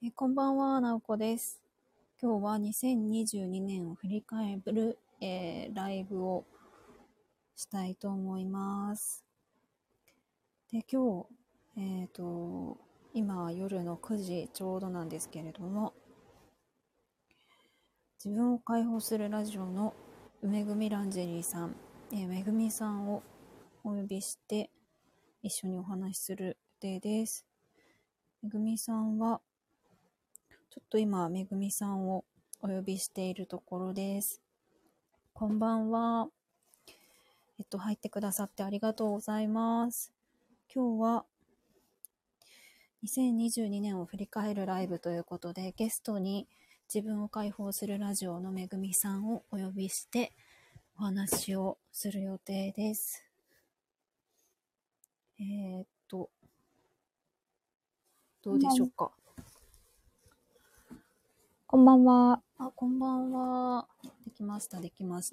こんばんは、なおこです。今日は2022年を振り返る、ライブをしたいと思います。で、今日、今夜の9時ちょうどなんですけれども、自分を解放するラジオの梅組ランジェリーさん、めぐみさんをお呼びして一緒にお話しする予定です。めぐみさんはちょっと今、めぐみさんをお呼びしているところです。こんばんは。入ってくださってありがとうございます。今日は2022年を振り返るライブということで、ゲストに自分を解放するラジオのめぐみさんをお呼びしてお話をする予定です。どうでしょうか。 こんばんは。 こんばんは。できました。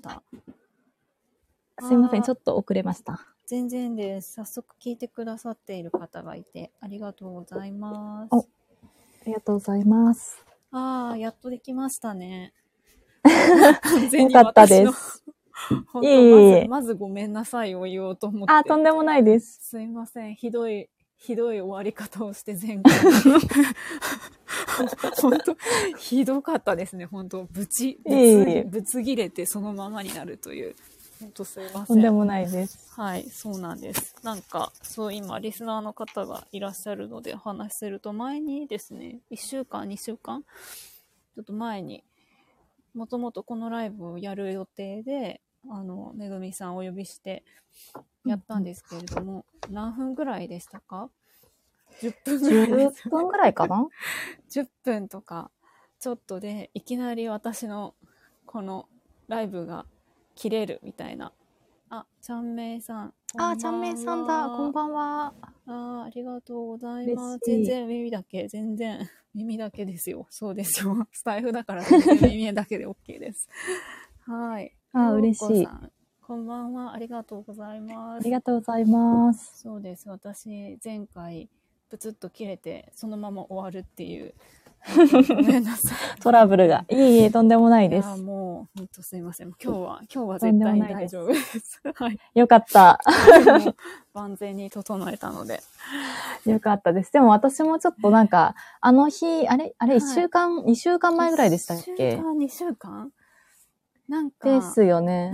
すいません、ちょっと遅れました。 全然です。早速聞いてくださっている方がいて、ありがとうございます。 ありがとうございます。 やっとできましたね。 よかったです。 本当まずごめんなさいを言おうと思って。 とんでもないです。 すいません。ひどい終わり方をして前回。本当ひどかったですね。本当ぶつ切れてそのままになるという。本当すいません。 とんでもないです。 はい、そうなんです。なんか、今、リスナーの方がいらっしゃるのでお話しすると、前にですね、1週間、2週間ちょっと前に、もともとこのライブをやる予定で、めぐみさんをお呼びしてやったんですけれども、何分ぐらいでしたか？10分ぐらいです。 10分ぐらいかな 10分とかちょっとでいきなり私のこのライブが切れるみたいな。ちゃんめいさん。 ちゃんめいさんだ。こんばんは。 ありがとうございます。全然耳だけですよ。そうですよ。スタイフだから全然耳だけで OK です。はい。 嬉しい。 こんばんは。ありがとうございます。 ありがとうございます。 そうです。私、前回、プツッと切れて、そのまま終わるっていう。ごめんなさい。 トラブルが。いえいえ、とんでもないです。 もう、ほんとすいません。今日は絶対に大丈夫です。はい。 よかった。 万全に整えたので。 よかったです。でも私もちょっとなんか、あの日、あれ、1週間、2週間前ぐらいでしたっけ？ 1週間、2週間なんか。 ですよね。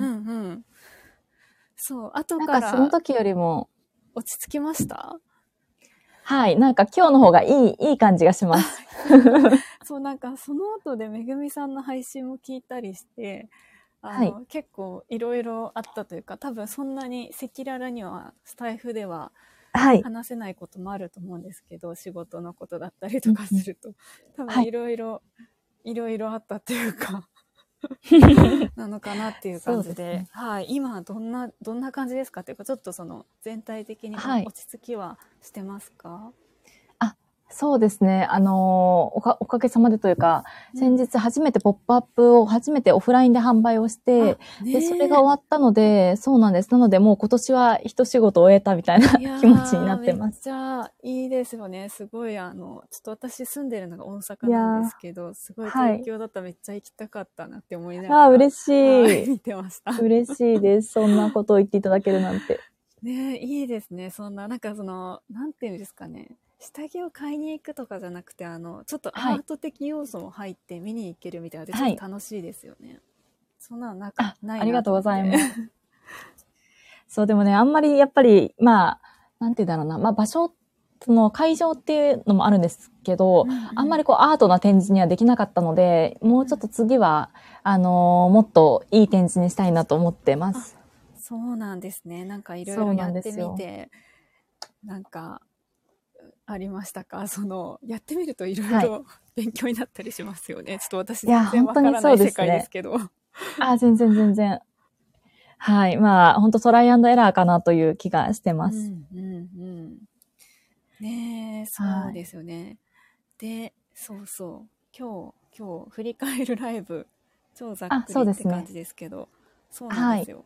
そう、後から。 なんかその時よりも。 落ち着きました？ はい。なんか今日の方がいい感じがします。 そう、なんかその後でめぐみさんの配信も聞いたりして、結構いろいろあったというか、多分そんなに赤裸々にはスタイフでは話せないこともあると思うんですけど、仕事のことだったりとかすると、多分いろいろあったっていうか、なのかなっていう感じで、はい、今どんな感じですかっていうか、ちょっと全体的に落ち着きはしてますか？ そうですね。おかげさまでというか、先日初めてポップアップを初めてオフラインで販売をして、で、それが終わったので、そうなんです。なので、もう今年は一仕事終えたみたいな気持ちになってます。 めっちゃいいですよね。すごい、ちょっと私住んでるのが大阪なんですけど、すごい東京だったらめっちゃ行きたかったなって思いながら。 嬉しい。 見てました。 嬉しいです。そんなことを言っていただけるなんて。 ね、いいですね。そんな、なんかなんていうんですかね。下着を買いに行くとかじゃなくて、ちょっとアート的要素も入って見に行けるみたいなので、ちょっと楽しいですよね。そんなのないな。 ありがとうございます。そう、でもね、あんまりやっぱり、なんて言うんだろうな、場所、会場っていうのもあるんですけど、あんまりアートな展示にはできなかったので、もうちょっと次は、もっといい展示にしたいなと思ってます。 そうなんですね。なんかいろいろやってみて、なんか、ありましたか？やってみるといろいろ勉強になったりしますよね。ちょっと私全然わからない世界ですけど。 全然。はい。本当トライアンドエラーかなという気がしてます。 ねえ、そうですよね。で、今日振り返るライブ、超ざっくりって感じですけど、そうなんですよ。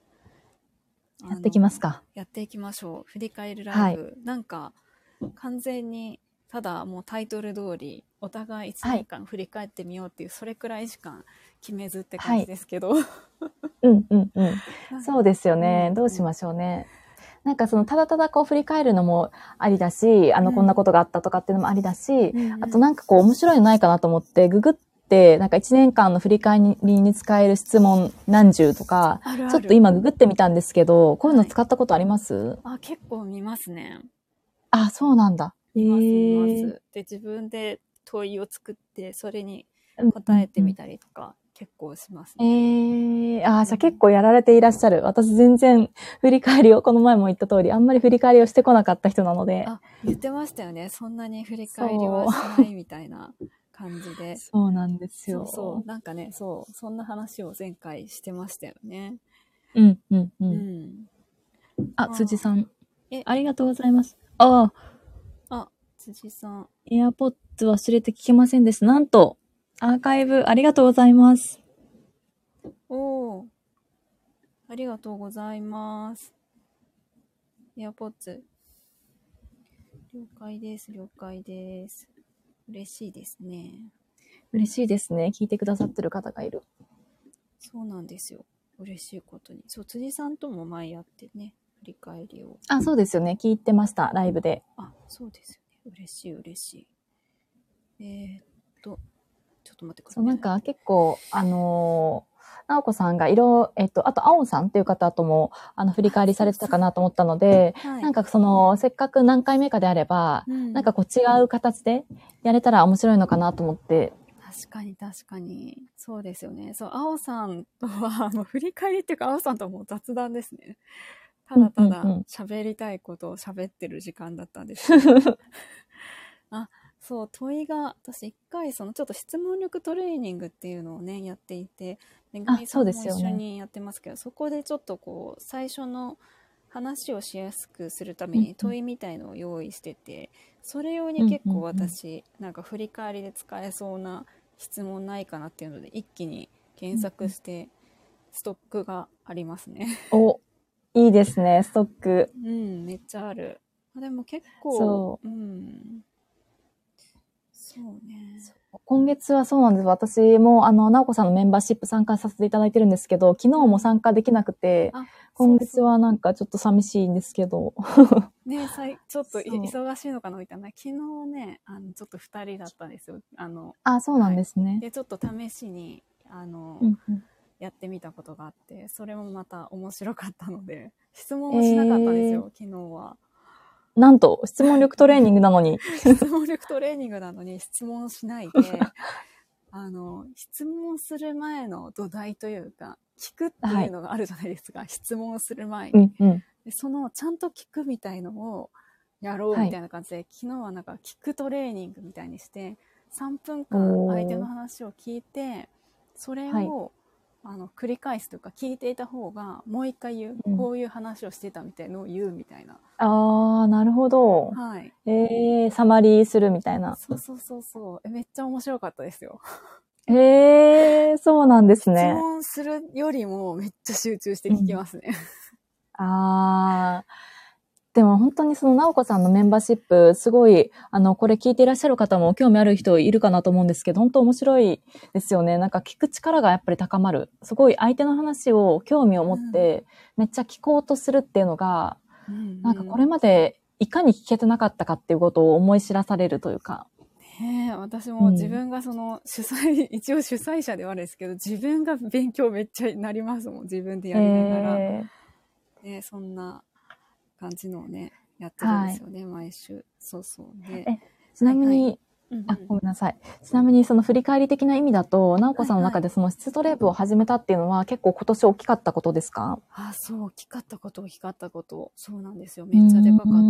やっていきますか。 やっていきましょう。振り返るライブ。なんか、完全にただもうタイトル通りお互い1年間振り返ってみようっていう、それくらいしか決めずって感じですけど、 うんうんうん。そうですよね。どうしましょうね。なんかただただこう振り返るのもありだし、こんなことがあったとかっていうのもありだし、あとなんかこう面白いのないかなと思って、ググって、なんか1年間の振り返りに使える質問何十とか、ちょっと今ググってみたんですけど、こういうの使ったことあります？ 結構見ますね。 あ、そうなんだ。 見ます。で、自分で問いを作って、それに答えてみたりとか、結構しますね。 じゃあ結構やられていらっしゃる。私全然振り返りを、この前も言った通り、あんまり振り返りをしてこなかった人なので。 言ってましたよね。そんなに振り返りはしないみたいな感じで。 そうなんですよ。 そう。なんかね、そんな話を前回してましたよね。 うんうんうん。辻さん。ありがとうございます。 辻さん。 AirPods 忘れて聞けませんでした。なんと、アーカイブありがとうございます。 ありがとうございます。AirPods。了解です。嬉しいですね。 嬉しいですね。聞いてくださってる方がいる。 そうなんですよ。嬉しいことに。そう、辻さんとも前やってね、振り返りを。 そうですよね。聞いてました。ライブで。 そうですよね。嬉しい。ちょっと待ってください。 なんか結構、直子さんがあと、青さんっていう方とも、振り返りされてたかなと思ったので、なんかせっかく何回目かであれば、なんかこう違う形でやれたら面白いのかなと思って。 確かに。そうですよね。そう、青さんとは、もう振り返りっていうか、青さんとも雑談ですね。ただただ喋りたいことを喋ってる時間だったんです。そう、問いが、私一回ちょっと質問力トレーニングっていうのをね、やっていて、めぐみさんも一緒にやってますけど、そこでちょっとこう、最初の話をしやすくするために問いみたいのを用意してて、それ用に結構私、なんか振り返りで使えそうな質問ないかなっていうので、一気に検索して、ストックがありますね。 いいですね、ストック。 めっちゃある。でも結構、そうね。 今月はそうなんです。私も、直子さんのメンバーシップ参加させていただいてるんですけど、昨日も参加できなくて、今月はなんかちょっと寂しいんですけど。 ね、ちょっと忙しいのかなみたいな。昨日ね、ちょっと2人だったんですよ。 そうなんですね。 で、ちょっと試しに、やってみたことがあって、それもまた面白かったので、質問をしなかったんですよ、昨日は。 なんと、質問力トレーニングなのに。 質問力トレーニングなのに質問しないで、質問する前の土台というか、聞くっていうのがあるじゃないですか、質問する前に。でちゃんと聞くみたいのをやろうみたいな感じで、昨日はなんか聞くトレーニングみたいにして、3分間相手の話を聞いて、それを、繰り返すというか、聞いていた方がもう一回言う、こういう話をしてたみたいのを言うみたいな。 なるほど。サマリーするみたいな。 そう。めっちゃ面白かったですよ。 そうなんですね。 質問するよりもめっちゃ集中して聞きますね。 でも本当に直子さんのメンバーシップ、すごい、これ聞いていらっしゃる方も興味ある人いるかなと思うんですけど、本当面白いですよね。なんか聞く力がやっぱり高まる。すごい相手の話を興味を持って、めっちゃ聞こうとするっていうのが、なんかこれまでいかに聞けてなかったかっていうことを思い知らされるというか。 私も自分が一応主催者ではあるんですけど、自分が勉強めっちゃなりますもん。自分でやりながら。そんな感じのをね、やってるんですよね、毎週。そうで。 ちなみに、ごめんなさい。ちなみに振り返り的な意味だと、直子さんの中で質トレープを始めたっていうのは結構今年大きかったことですか？ そう、大きかったこと。そうなんですよ。めっちゃでかかった。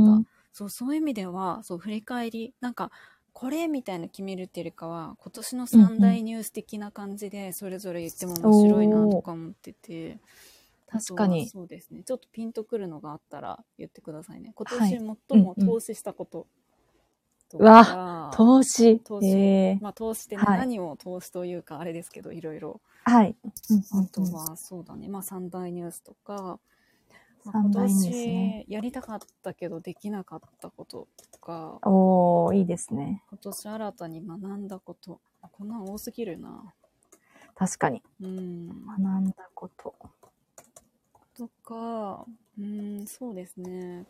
そういう意味では、振り返り、なんか、これみたいな決めるっていうよりかは、今年の3大ニュース的な感じで、それぞれ言っても面白いなとか思ってて、 確かに。 そうですね。ちょっとピンとくるのがあったら言ってくださいね。今年最も投資したこととか。 投資。 投資って何を投資というかあれですけど、いろいろ。あとはそうだね。3大ニュースとか、 今 3代目ですね。 年やりたかったけどできなかったこととか、 いいですね。 今年新たに学んだこと。こんなん多すぎるな。 確かに。 うん。 学んだこと。 とか、そうですね。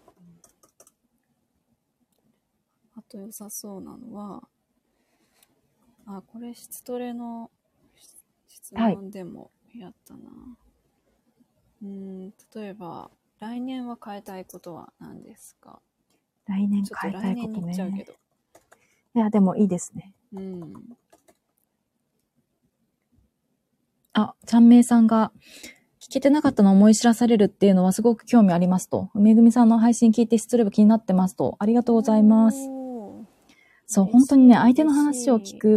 あと良さそうなのは、これ質トレの質問でもやったな。例えば、来年は変えたいことは何ですか？ 来年変えたいことね。 ちょっと来年に行っちゃうけど。 いや、でもいいですね。ちゃんめいさんが、聞けてなかったのを思い知らされるっていうのはすごく興味ありますと。めぐみさんの配信聞いて質トレ部気になってますと。ありがとうございます。そう、本当にね、相手の話を聞くって、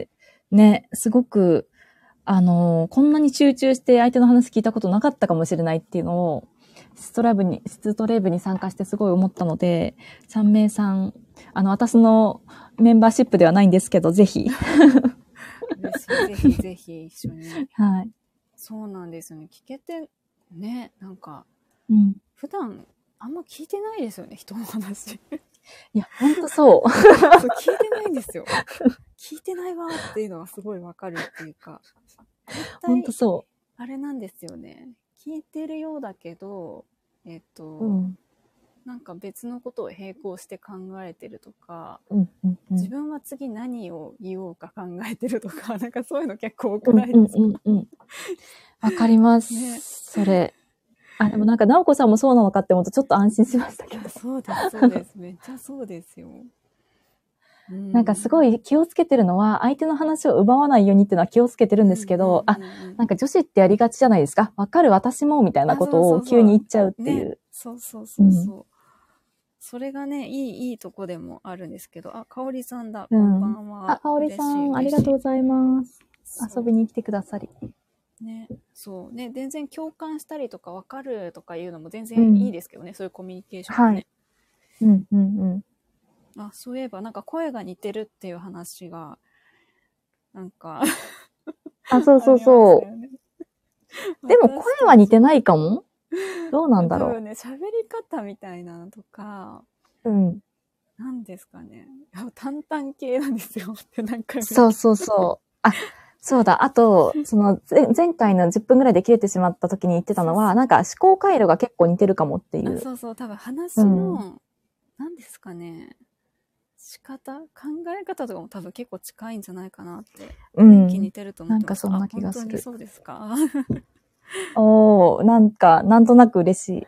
ね、すごく、こんなに集中して相手の話聞いたことなかったかもしれないっていうのを、質トレ部に参加してすごい思ったので、ちゃんめいさん、私のメンバーシップではないんですけど、ぜひ。 ぜひぜひ一緒に。 はい。 そうなんですよね。聞けて、ね、なんか、普段あんま聞いてないですよね、人の話。 いや、ほんとそう。 聞いてないんですよ。聞いてないわっていうのはすごいわかるっていうか。 ほんとそう。 あれなんですよね。聞いてるようだけど、なんか別のことを並行して考えてるとか、自分は次何を言おうか考えてるとか、なんかそういうの結構多くないですか？ わかります。ね、それ。でもなんか、なおこさんもそうなのかって思うとちょっと安心しましたけど。 そうです、そうです。めっちゃそうですよ。 なんかすごい気をつけてるのは、相手の話を奪わないようにっていうのは気をつけてるんですけど、なんか女子ってやりがちじゃないですか。わかる私もみたいなことを急に言っちゃうっていう。ね、 そう。それがね、いいとこでもあるんですけど、かおりさんだ、こんばんは。 かおりさん、ありがとうございます。遊びに来てくださり。 ね、そうね、全然共感したりとか分かるとかいうのも全然いいですけどね、そういうコミュニケーションね。そういえばなんか声が似てるっていう話がなんかそう。でも声は似てないかも。どうなんだろう。 多分ね、喋り方みたいなのとか、なんですかね、淡々系なんですよってなんか。 そう。そうだ。あと、前回の10分ぐらいで切れてしまった時に言ってたのは、なんか思考回路が結構似てるかもっていう。 そう、多分話の、なんですかね、仕方、考え方とかも多分結構近いんじゃないかなって、気に似てると思ってます。 なんかそんな気がする。 本当にそうですか？ なんとなく嬉しい。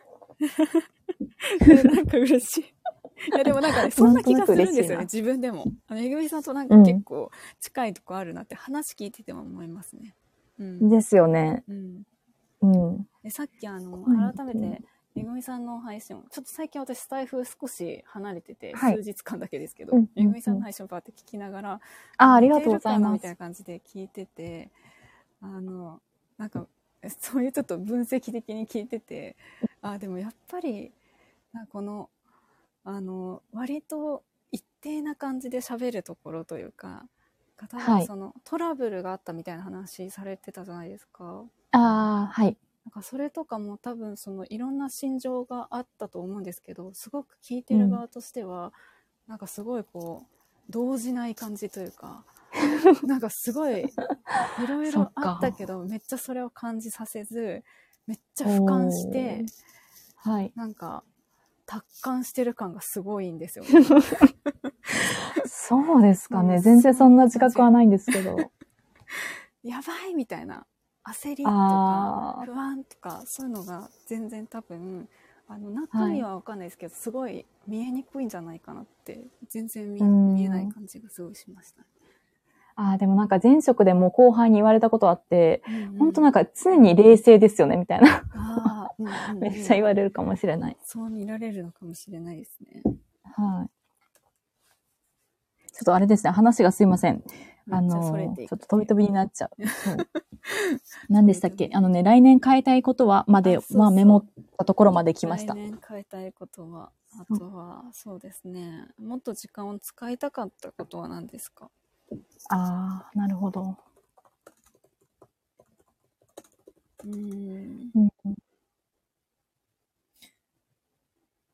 なんか嬉しい。いやでもなんかね、そんな気がするんですよね、自分でも。めぐみさんとなんか結構近いとこあるなって話聞いてても思いますね。 ですよね。 でさっき改めてめぐみさんの配信を、ちょっと最近私スタイフ少し離れてて、数日間だけですけど、めぐみさんの配信をバーって聞きながら、 ありがとうございます。 みたいな感じで聞いてて、なんかそういうちょっと分析的に聞いてて、でもやっぱりこの割と一定な感じで喋るところというか、多分そのトラブルがあったみたいな話されてたじゃないですか。 はい。 なんかそれとかも多分そのいろんな心情があったと思うんですけど、すごく聞いてる側としては、なんかすごいこう動じない感じというか、なんかすごいいろいろあったけどめっちゃそれを感じさせず、めっちゃ俯瞰して、なんか達観してる感がすごいんですよね。 そうですかね。全然そんな自覚はないんですけど。 やばいみたいな焦りとか不安とかそういうのが全然多分中身は分かんないですけど、すごい見えにくいんじゃないかなって、全然見えない感じがすごいしました。 でもなんか前職でも後輩に言われたことあって、本当なんか常に冷静ですよねみたいな。めっちゃ言われるかもしれない。 そう見られるのかもしれないですね。 はい。ちょっとあれですね、話がすいません。ちょっと飛び飛びになっちゃう。何でしたっけ？来年変えたいことはまで、メモったところまで来ました。 来年変えたいことは、あとは、そうですね、もっと時間を使いたかったことは何ですか？ なるほど。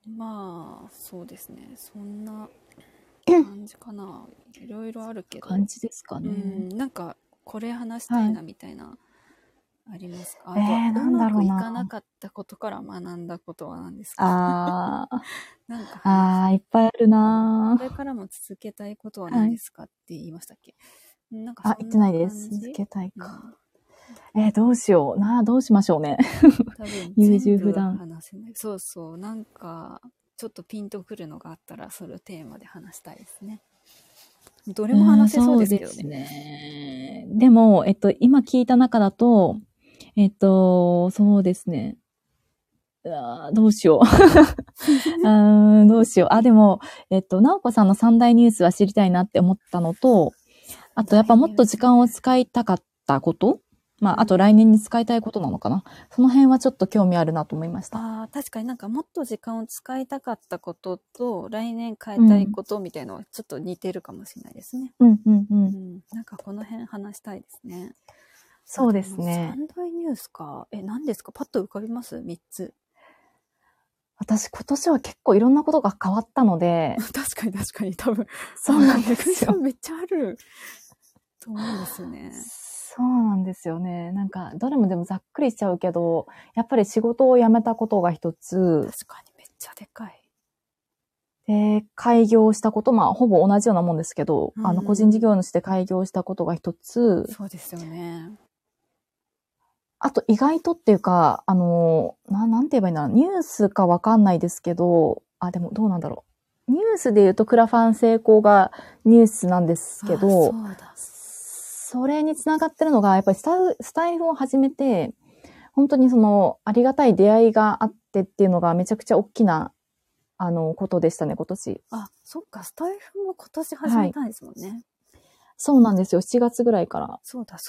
まあそうですね、そんな感じかな。いろいろあるけど。 感じですかね。 なんかこれ話したいなみたいな、ありますか？あとなうんまくいだろうな。 かなかったことから学んだことは何ですか？なんかいっぱいあるな。 これからも続けたいことは何ですかって言いましたっけ？なんかそ言んなってないです。 感じ。 続けたいか。どうしよう。どうしましょうね。 多分優全部柔不断。 話せない。そうそう。なんか、ちょっとピンとくるのがあったら、それをテーマで話したいですね。どれも話せそうですけどね。 そうですね。でも、今聞いた中だと、そうですね。どうしよう。どうしよう。でも、なおこさんの三大ニュースは知りたいなって思ったのと、あとやっぱもっと時間を使いたかったこと、あと来年に使いたいことなのかな。その辺はちょっと興味あるなと思いました。 確かになんかもっと時間を使いたかったことと、来年変えたいことみたいなのはちょっと似てるかもしれないですね。なんかこの辺話したいですね。 そうですね。 三大ニュースか。何ですか？パッと浮かびます？ 3 つ。 私今年は結構いろんなことが変わったので。 確かに多分。 そうなんですよ。 めっちゃあると思うんですよね。 そうなんですよね。なんか、どれもでもざっくりしちゃうけど、やっぱり仕事を辞めたことが一つ。 確かにめっちゃでかい。 で、開業したこと、ほぼ同じようなもんですけど、個人事業主で開業したことが一つ。 そうですよね。 あと意外とっていうか、なんて言えばいいんだろう。ニュースかわかんないですけど、でもどうなんだろう。ニュースで言うとクラファン成功がニュースなんですけど、それにつながってるのが、やっぱりスタイフを始めて、本当にありがたい出会いがあってっていうのがめちゃくちゃ大きな、ことでしたね、今年。 そっか、スタイフも今年始めたんですもんね。 そうなんですよ、7月ぐらいから。 そうだ。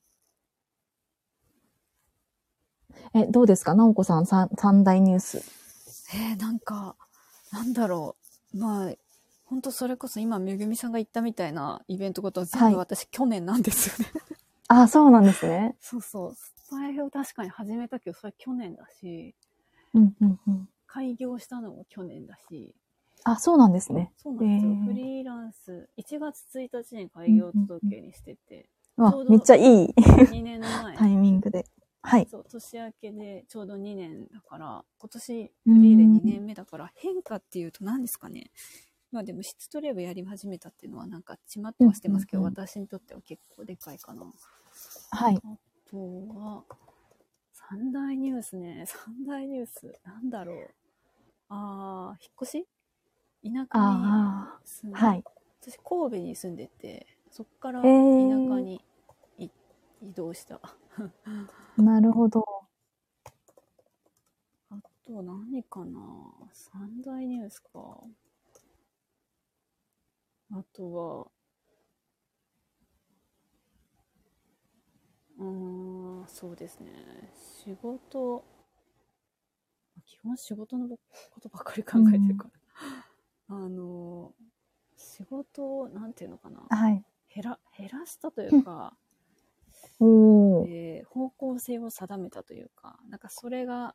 どうですか、なおこさん、三大ニュース。 なんか、なんだろう。本当それこそ今、めぐみさんが言ったみたいなイベントことは全部私、去年なんですよね。そうなんですね。 そう。スタイフを確かに始めたけど、それ去年だし、開業したのも去年だし。 そうなんですね。 そうなんですよ。フリーランス、1月1日に開業届にしてて。 ちょうどめっちゃいい。 2年前。 タイミングで。はい。 そう、年明けでちょうど2年だから、今年フリーで2年目だから、変化っていうと何ですかね。でも質トレーブやり始めたっていうのはなんかちまっとはしてますけど、私にとっては結構でかいかな。 はい。 あとは、三大ニュースね。三大ニュース。なんだろう。引っ越し？田舎に住んで、私神戸に住んでて、そっから田舎に移動した。 なるほど。 あと何かな？三大ニュースか。あとは、そうですね。仕事、基本仕事のことばっかり考えてるから。仕事を、なんていうのかな。減らしたというか、方向性を定めたというか、なんかそれが、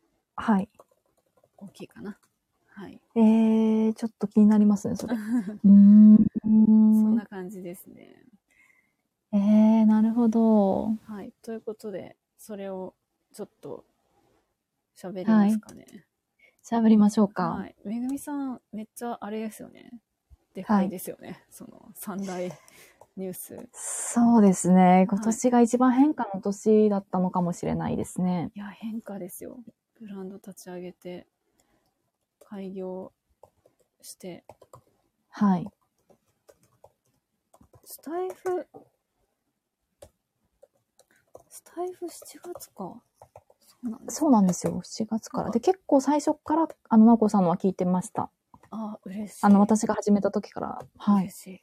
大きいかな。はい。 ちょっと気になりますね、それ。そんな感じですね。 なるほど。 はい。ということで、それをちょっと喋りますかね。 喋りましょうか。 はい。めぐみさん、めっちゃあれですよね。でかいですよね。その三大ニュース。 そうですね。今年が一番変化の年だったのかもしれないですね。 いや、変化ですよ。ブランド立ち上げて、開業して。 はい。 スタイフ7月か。 そうなんですよ。7月から。で、結構最初から、なおこさんのは聞いてました。 嬉しい。 私が始めた時から。はい。 嬉しい。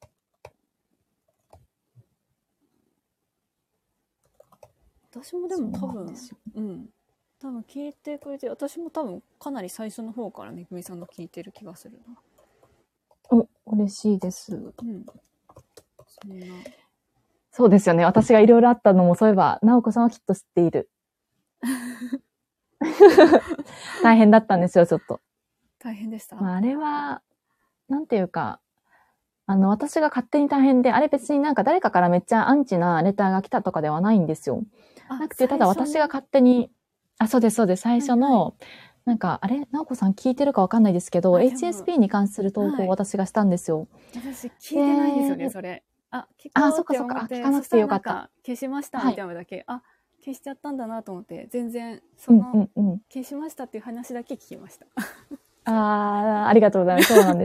私もでも多分、多分聞いてくれて、私も多分かなり最初の方からめぐみさんの聞いてる気がするな。嬉しいです。 そんな。 そうですよね。私がいろいろあったのも、そういえば、なおこさんはきっと知っている。大変だったんですよ、ちょっと。 大変でした？ あれは、なんていうか、私が勝手に大変で、あれ別になんか誰かからめっちゃアンチなレターが来たとかではないんですよ。なくて、ただ私が勝手に、そうです、そうです、最初の、はいはい、なんか、なおこさん聞いてるかわかんないですけど、HSP に関する投稿を私がしたんですよ。 私聞いてないんですよね、それ。聞こうって思って、 聞かなくてよかった。 消しましたみたいなだけ、消しちゃったんだなと思って、全然、消しましたっていう話だけ聞きました。 ありがとうございます。そうなんです。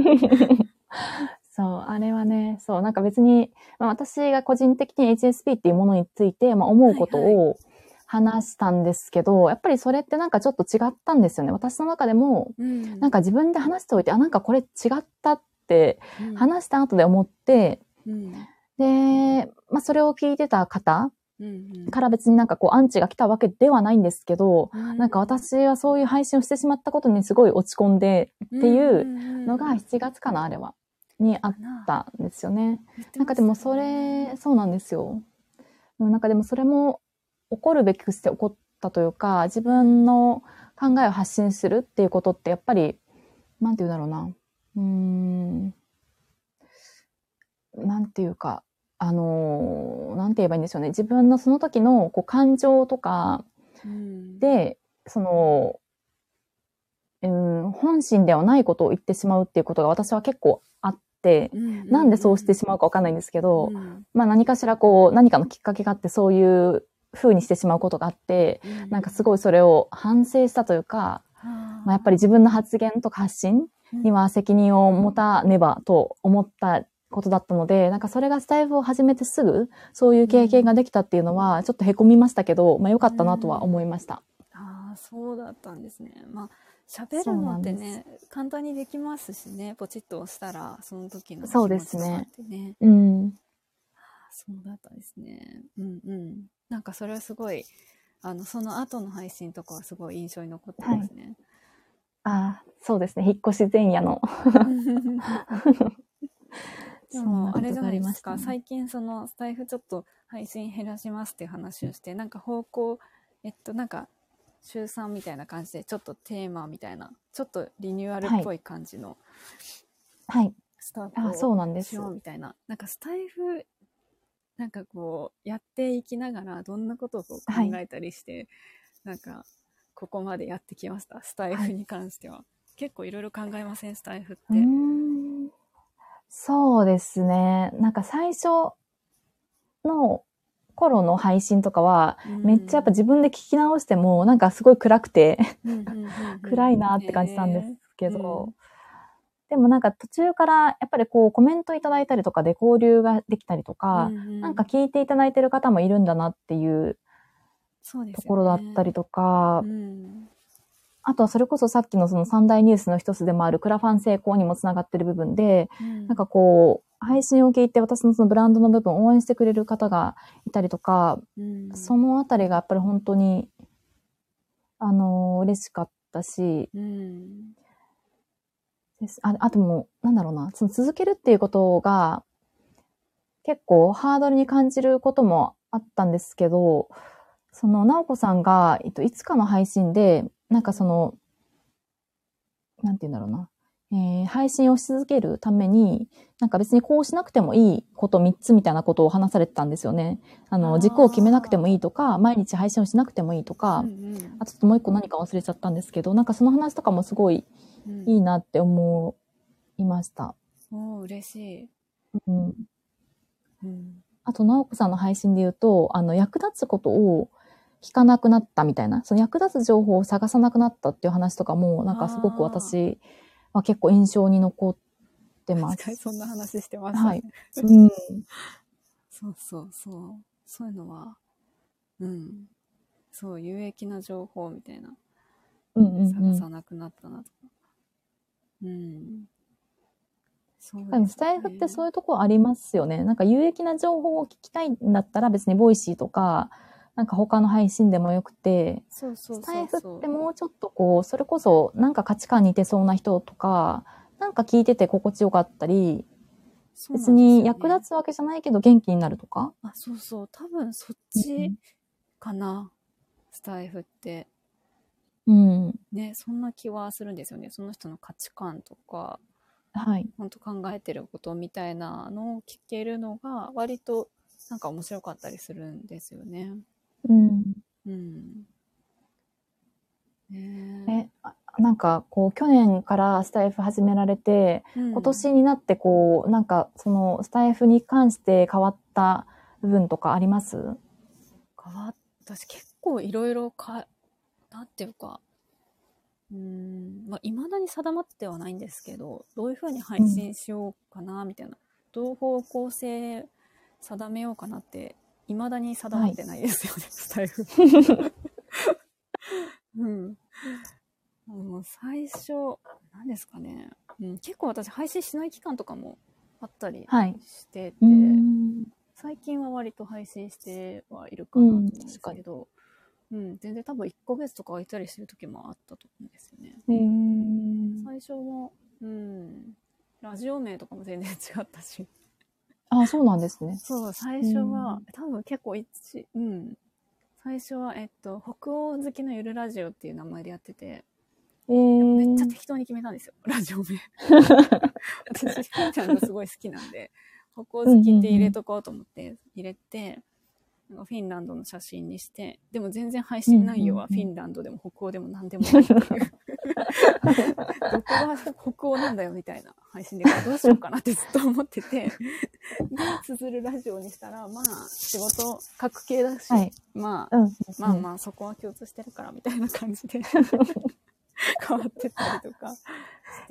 そう、あれはね、そう、なんか別に、私が個人的に HSP っていうものについて、思うことを話したんですけど、やっぱりそれってなんかちょっと違ったんですよね。私の中でも、なんか自分で話しておいて、なんかこれ違ったって話した後で思って、で、それを聞いてた方から別になんかアンチが来たわけではないんですけど、なんか私はそういう配信をしてしまったことにすごい落ち込んでっていうのが7月かな、あれは。にあったんですよね。なんかでもそうなんですよ。なんかでもそれも起こるべきして起こったというか、自分の考えを発信するっていうことってやっぱり、なんて言うんだろうな。なんていうか、なんて言えばいいんでしょうね。自分のその時の感情とかで、本心ではないことを言ってしまうっていうことが私は結構あって、なんでそうしてしまうかわかんないんですけど、何かしら何かのきっかけがあってそういう風にしてしまうことがあって、なんかすごいそれを反省したというか、やっぱり自分の発言とか発信には責任を持たねばと思ったことだったので、なんかそれがスタイフを始めてすぐ、そういう経験ができたっていうのは、ちょっと凹みましたけど、良かったなとは思いました。 そうだったんですね。喋るのってね、簡単にできますしね、ポチッと押したら、その時の気持ちとかってね。そうですね。そうだったんですね。なんかそれはすごい、その後の配信とかはすごい印象に残ってますね。 そうですね。引っ越し前夜の。 でも、あれじゃないですか。最近そのスタイフちょっと配信減らしますっていう話をして、なんか方向、なんか、週3みたいな感じで、ちょっとテーマみたいな、ちょっとリニューアルっぽい感じの、スタートをしようみたいな。なんかスタイフ、なんかやっていきながら、どんなことを考えたりして、なんか、ここまでやってきました。スタイフに関しては。結構いろいろ考えません？スタイフって。 そうですね。なんか最初の頃の配信とかは、めっちゃやっぱ自分で聞き直しても、なんかすごい暗くて暗いなって感じたんですけど、でもなんか途中からやっぱりコメントいただいたりとかで交流ができたりとか、なんか聞いていただいてる方もいるんだなっていうところだったりとか、あとはそれこそさっきのその三大ニュースの一つでもあるクラファン成功にもつながってる部分で、なんか配信を聞いて私のそのブランドの部分を応援してくれる方がいたりとか、そのあたりがやっぱり本当に、嬉しかったし、あとも、なんだろうな、その続けるっていうことが、結構ハードルに感じることもあったんですけど、その、なおこさんが、いつかの配信で、なんかなんて言うんだろうな。配信をし続けるために、なんか別にこうしなくてもいいこと3つみたいなことを話されてたんですよね。軸を決めなくてもいいとか、毎日配信をしなくてもいいとか、あとちょっともう一個何か忘れちゃったんですけど、なんかその話とかもすごいいいなって思いました。 嬉しい。 あと、なおこさんの配信で言うと、役立つことを聞かなくなったみたいな、その役立つ情報を探さなくなったっていう話とかも、なんかすごく私は結構印象に残ってます。 確かにそんな話してましたね。そう。そういうのは、そう、有益な情報みたいな、探さなくなったなとか。 そうですね。スタイフってそういうところありますよね。なんか有益な情報を聞きたいんだったら別にボイシーとか、なんか他の配信でもよくて、スタイフってもうちょっとそれこそなんか価値観に似てそうな人とか、なんか聞いてて心地よかったり、別に役立つわけじゃないけど元気になるとか。 多分そっちかな、スタイフって。 うん。 ね、そんな気はするんですよね。その人の価値観とか、 はい。 本当考えてることみたいなのを聞けるのが割となんか面白かったりするんですよね。 うん。 うん。 え、なんか、こう、去年からスタイフ始められて、今年になってこう、なんか、その、スタイフに関して変わった部分とかあります？ 私結構いろいろなんていうか、まあ、未だに定まってはないんですけど、どういうふうに配信しようかな、みたいな、どう方向性定めようかなって、未だに定まってないですよね、スタイフ。うん。最初、何ですかね、結構私配信しない期間とかもあったりしてて、最近は割と配信してはいるかなと思うんですけど、全然多分1ヶ月とか空いたりしてる時もあったと思うんですよね。最初も、ラジオ名とかも全然違ったし。 あ、そうなんですね。 そう、最初は、多分結構最初は、北欧好きのゆるラジオっていう名前でやってて、めっちゃ適当に決めたんですよ、ラジオ名。私、フィンちゃんがすごい好きなんで、北欧好きって入れとこうと思って入れて、フィンランドの写真にして、でも全然配信内容はフィンランドでも北欧でも何でもないっていう。どこが北欧なんだよみたいな配信で、どうしようかなってずっと思ってて、で、綴るラジオにしたら、まあ、仕事、書く系だし、まあ、そこは共通してるからみたいな感じで変わってたりとかして。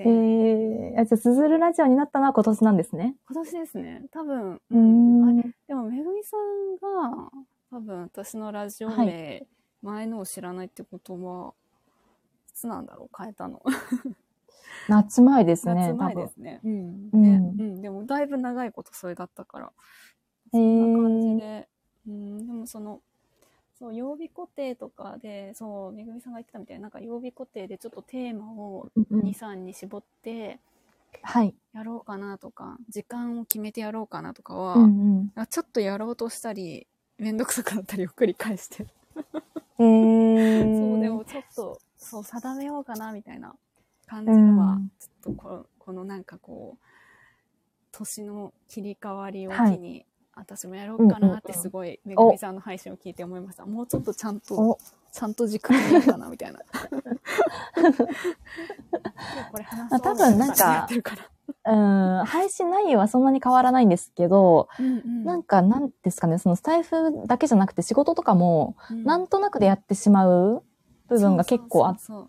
じゃあ、綴るラジオになったのは今年なんですね。 今年ですね。多分、でも、めぐみさんが、多分、私のラジオ名、前のを知らないってことは、いつなんだろう、変えたの。 夏前ですね。 夏前ですね。でも、だいぶ長いことそれだったから。そんな感じで。でもそう、曜日固定とかで、そう、めぐみさんが言ってたみたいに、なんか曜日固定でちょっとテーマを2、3に絞って、やろうかなとか、時間を決めてやろうかなとかは、ちょっとやろうとしたり、めんどくさくなったりを繰り返して。そう、でもちょっと、そう、定めようかなみたいな感じのは、ちょっとこのなんかこう、年の切り替わりを機に、私もやろうかなってすごい、めぐみさんの配信を聞いて思いました。もうちょっとちゃんと軸決めようかなみたいな。これ話そう多分なんか、配信内容はそんなに変わらないんですけど、なんかなんですかね、そのスタイフだけじゃなくて仕事とかも、なんとなくでやってしまう部分が結構あって、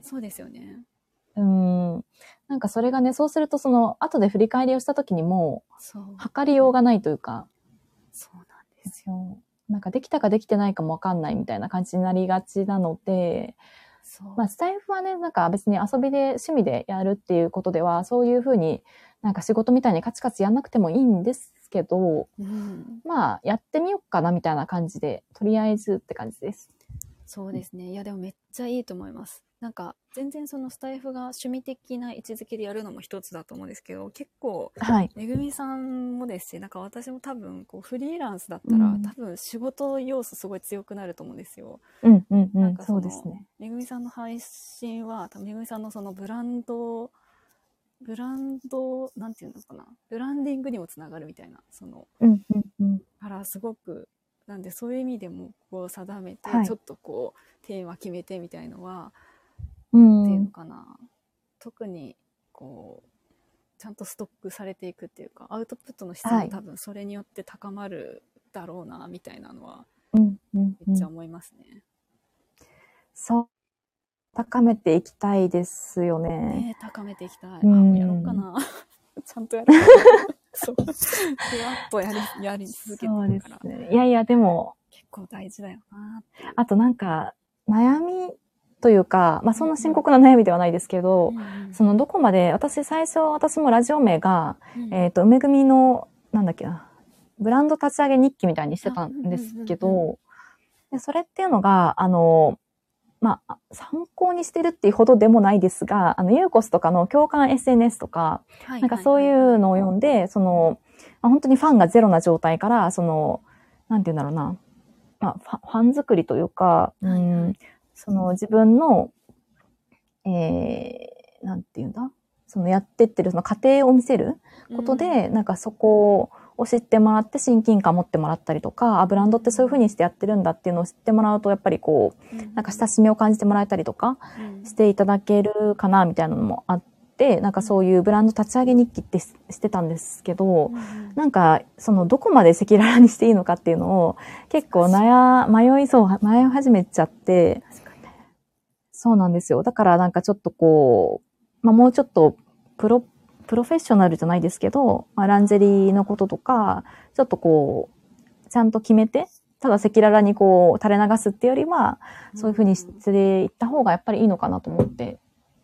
そうですよね。 なんかそれがね、そうするとその後で振り返りをした時にも、測りようがないというか、 そうなんですよ。 なんかできたかできてないかもわかんないみたいな感じになりがちなので、まあスタイフはね、なんか別に遊びで趣味でやるっていうことでは、そういうふうになんか仕事みたいにカチカチやんなくてもいいんですけど、まあやってみようかなみたいな感じで、とりあえずって感じです。 そうですね。いやでもめっちゃいいと思います。なんか全然そのスタイフが趣味的な位置づけでやるのも一つだと思うんですけど、結構、めぐみさんもですし、なんか私も多分こうフリーランスだったら、多分仕事要素すごい強くなると思うんですよ。なんかそうですね。 めぐみさんの配信は、めぐみさんのそのブランド、なんていうのかな、ブランディングにもつながるみたいな、からすごく、なんでそういう意味でもこう定めて、ちょっとこうテーマ決めてみたいのは、っていうのかな、特にこうちゃんとストックされていくっていうか、アウトプットの質も多分それによって高まるだろうなみたいなのはめっちゃ思いますね。 そう、高めていきたいですよね。 高めていきたい。もうやろうかな。ちゃんとやろうかな。そう。ふわっとやり続けてるから。 そうですね。いやいや、でも。 結構大事だよな。 あとなんか、悩みというか、まあそんな深刻な悩みではないですけど、そのどこまで、私もラジオ名が、梅組の、なんだっけな、ブランド立ち上げ日記みたいにしてたんですけど、でそれっていうのが、まあ、参考にしてるっていうほどでもないですが、ユーコスとかの共感 SNS とか、なんかそういうのを読んで、本当にファンがゼロな状態から、なんて言うんだろうな、まあ、ファン作りというか、 その自分の、なんていうんだ、そのやってってるその過程を見せることで、なんかそこを知ってもらって親近感持ってもらったりとか、ブランドってそういう風にしてやってるんだっていうのを知ってもらうと、やっぱりこう、なんか親しみを感じてもらえたりとかしていただけるかな、みたいなのもあって、なんかそういうブランド立ち上げ日記ってしてたんですけど、なんかそのどこまで赤裸々にしていいのかっていうのを結構迷い始めちゃって、そうなんですよ。だからなんかちょっとこう、まあもうちょっとプロフェッショナルじゃないですけど、まあ、ランジェリーのこととか、ちょっとこう、ちゃんと決めて、ただ赤裸々にこう垂れ流すっていうよりは、そういうふうにしていった方がやっぱりいいのかなと思って。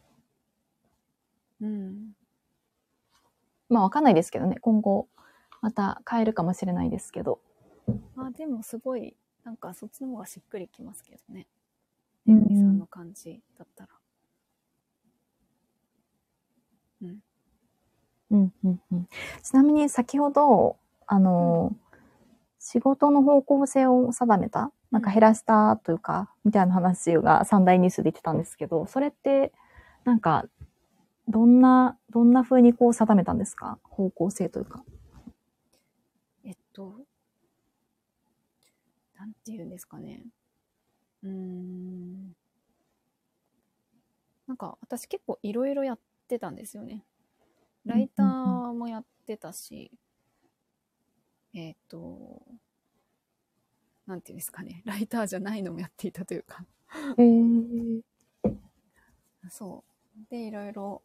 うん。 まあわかんないですけどね、今後また変えるかもしれないですけど。 まあでもすごい、なんかそっちの方がしっくりきますけどね。めぐみさんの感じだったら。うん。 うんうんうん。ちなみに先ほど、仕事の方向性を定めた、なんか減らしたというか、みたいな話が三大ニュースで言ってたんですけど、それって、なんか、どんな風にこう定めたんですか？方向性というか。 なんて言うんですかね。なんか私結構いろいろやってたんですよね。ライターもやってたし、なんていうんですかね。ライターじゃないのもやっていたというか。そう。で、いろいろ、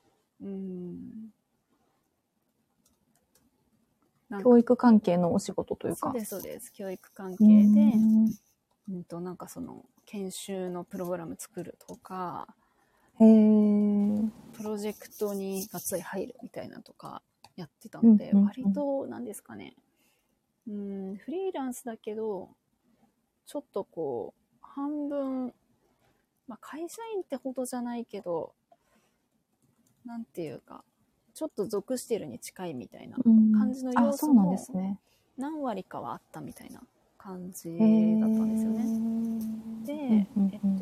教育関係のお仕事というか。 そうです、そうです。教育関係で、なんかその、研修のプログラム作るとか、プロジェクトにがっつり入るみたいなとかやってたので、割と、なんですかね。フリーランスだけど、ちょっとこう、半分、まあ、会社員ってほどじゃないけど、なんていうか、ちょっと属してるに近いみたいな感じの要素も何割かはあったみたいな感じだったんですよね。で、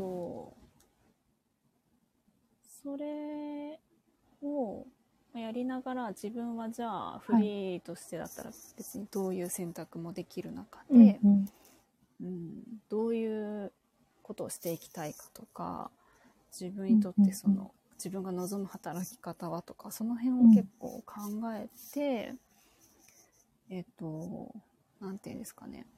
それをやりながら自分はじゃあフリーとしてだったら別にどういう選択もできる中で、どういうことをしていきたいかとか、自分にとってその自分が望む働き方はとか、その辺を結構考えて、なんていうんですかね。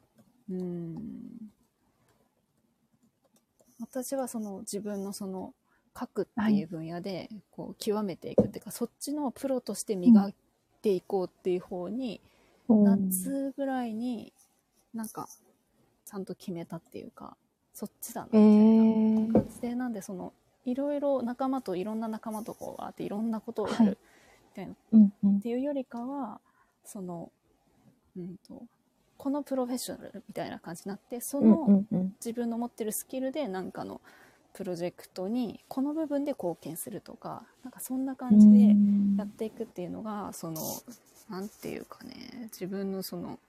私はその自分のその書くっていう分野でこう極めていくっていうか、そっちのプロとして磨いていこうっていう方に、夏ぐらいになんかちゃんと決めたっていうか、そっちだなみたいな感じで、なんでそのいろいろいろんな仲間とこうあっていろんなことをやるみたいな、っていうよりかは、そのこのプロフェッショナルみたいな感じになって、その自分の持ってるスキルで何かのプロジェクトにこの部分で貢献するとか、なんかそんな感じでやっていくっていうのが、そのなんていうかね、自分のその、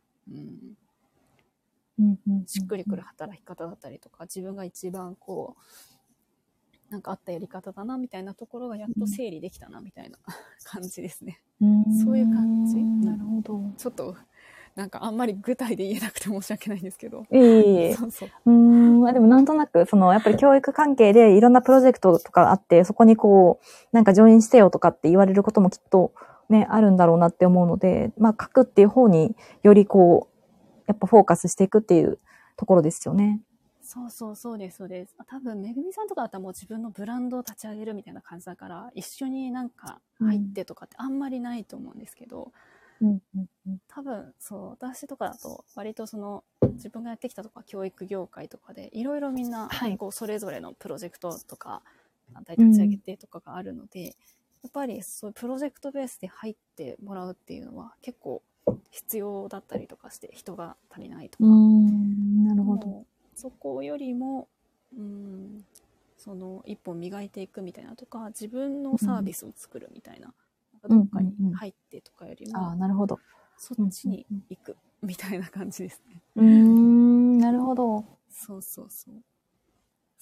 しっくりくる働き方だったりとか、自分が一番こうなんかあったやり方だなみたいなところがやっと整理できたなみたいな感じですね。そういう感じ。 なるほど。 ちょっとなんかあんまり具体で言えなくて申し訳ないんですけど。 そうそう。でもなんとなく、その、やっぱり教育関係でいろんなプロジェクトとかあって、そこにこう、なんかジョインしてよとかって言われることもきっとね、あるんだろうなって思うので、まあ書くっていう方によりこう、やっぱフォーカスしていくっていうところですよね。 そうです。多分、めぐみさんとかだったらもう自分のブランドを立ち上げるみたいな感じだから、一緒になんか入ってとかってあんまりないと思うんですけど、多分そう私とかだと割とその自分がやってきたとか教育業界とかでいろいろみんなこうそれぞれのプロジェクトとか団体立ち上げてとかがあるので、やっぱりそういうプロジェクトベースで入ってもらうっていうのは結構必要だったりとかして、人が足りないとか、 なるほど。 そこよりもその一本磨いていくみたいなとか、自分のサービスを作るみたいな、どっかに入ってとかよりも、 なるほど。 そっちに行くみたいな感じですね。 なるほど。 そう。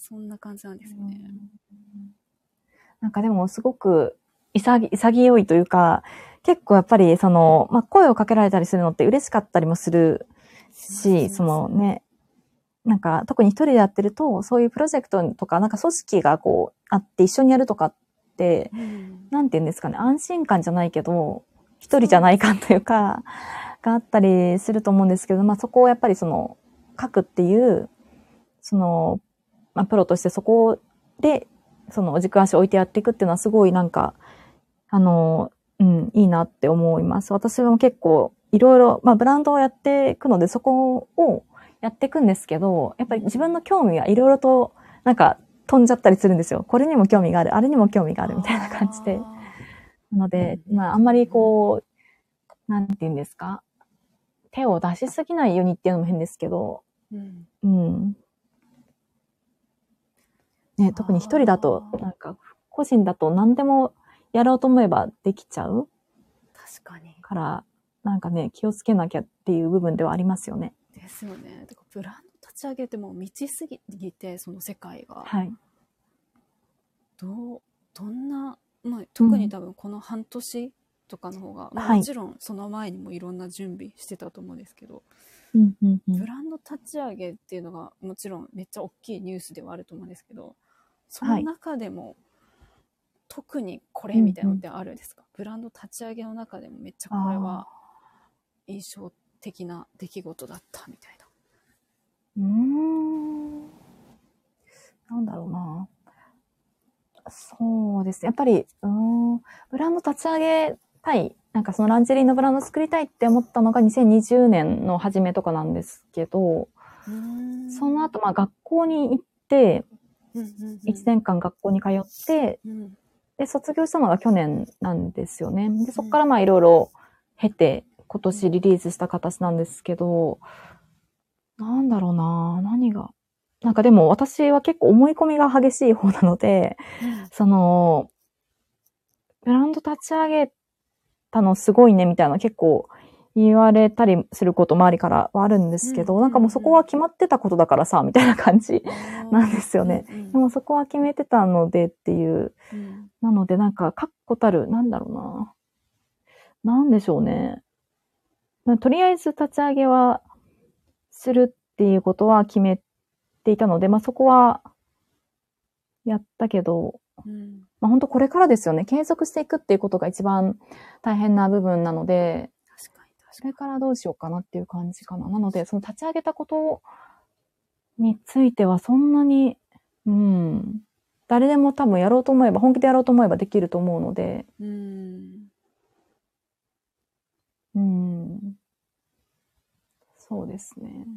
そんな感じなんですよね。 なんかでもすごく潔いというか、結構やっぱりその、まあ、声をかけられたりするのって嬉しかったりもするし、そのね、なんか特に一人でやってると、そういうプロジェクトとか、なんか組織がこうあって一緒にやるとかって、なんて言うんですかね、安心感じゃないけど、一人じゃない感というか、があったりすると思うんですけど、まあそこをやっぱりその、書くっていう、その、まあプロとしてそこで、その軸足を置いてやっていくっていうのはすごいなんか、いいなって思います。私も結構いろいろ、まあブランドをやっていくのでそこをやっていくんですけど、やっぱり自分の興味がいろいろとなんか飛んじゃったりするんですよ。これにも興味がある、あれにも興味があるみたいな感じで。なので、まああんまりこう、なんて言うんですか、手を出しすぎないようにっていうのも変ですけど、ね、特に一人だと、なんか個人だと何でもやろうと思えばできちゃう。 確かに。 から、なんかね、気をつけなきゃっていう部分ではありますよね。 ですよね。だからブランド立ち上げても未知すぎて、その世界が。 はい。 どんな、まあ、特に多分この半年とかの方が、まあ、もちろんその前にもいろんな準備してたと思うんですけど、ブランド立ち上げっていうのがもちろんめっちゃ大きいニュースではあると思うんですけど、その中でも特にこれみたいなのってあるんですか？ブランド立ち上げの中でもめっちゃこれは印象的な出来事だったみたいな。 なんだろうな。そうですね。やっぱり、ブランド立ち上げたい、なんかそのランジェリーのブランド作りたいって思ったのが2020年の初めとかなんですけど、その後、まあ学校に行って、1年間学校に通って、で、卒業したのが去年なんですよね。で、そこからまあいろいろ経て、今年リリースした形なんですけど、なんだろうな、何が。なんかでも私は結構思い込みが激しい方なので、その、ブランド立ち上げたのすごいねみたいな結構言われたりすること周りからはあるんですけど、なんかもうそこは決まってたことだからさ、みたいな感じなんですよね。でもそこは決めてたのでっていう。なのでなんか確固たる、なんだろうな。なんでしょうね。とりあえず立ち上げはするっていうことは決めていたので、まあそこはやったけど、まあ本当これからですよね。継続していくっていうことが一番大変な部分なので、それからどうしようかなっていう感じかな。なので、その立ち上げたことについてはそんなに、誰でも多分やろうと思えば、本気でやろうと思えばできると思うので、そうですね。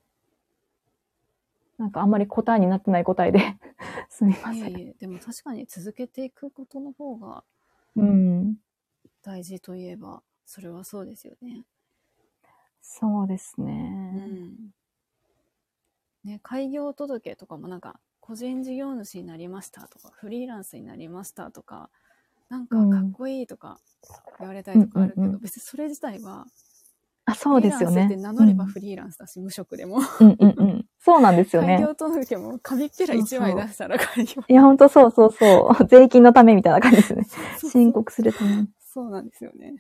なんかあんまり答えになってない答えですみません。 いえいえ、でも確かに続けていくことの方が大事といえば、それはそうですよね。 そうですね。 ね、開業届とかもなんか、個人事業主になりましたとか、フリーランスになりましたとか、なんかかっこいいとか言われたりとかあるけど、別にそれ自体は、 そうですよね。 フリーランスって名乗ればフリーランスだし、無職でも。 そうなんですよね。 開業届も紙っぺら1枚出したら開業。 いや、ほんとそうそうそう。税金のためみたいな感じですね。申告するため。 そうなんですよね。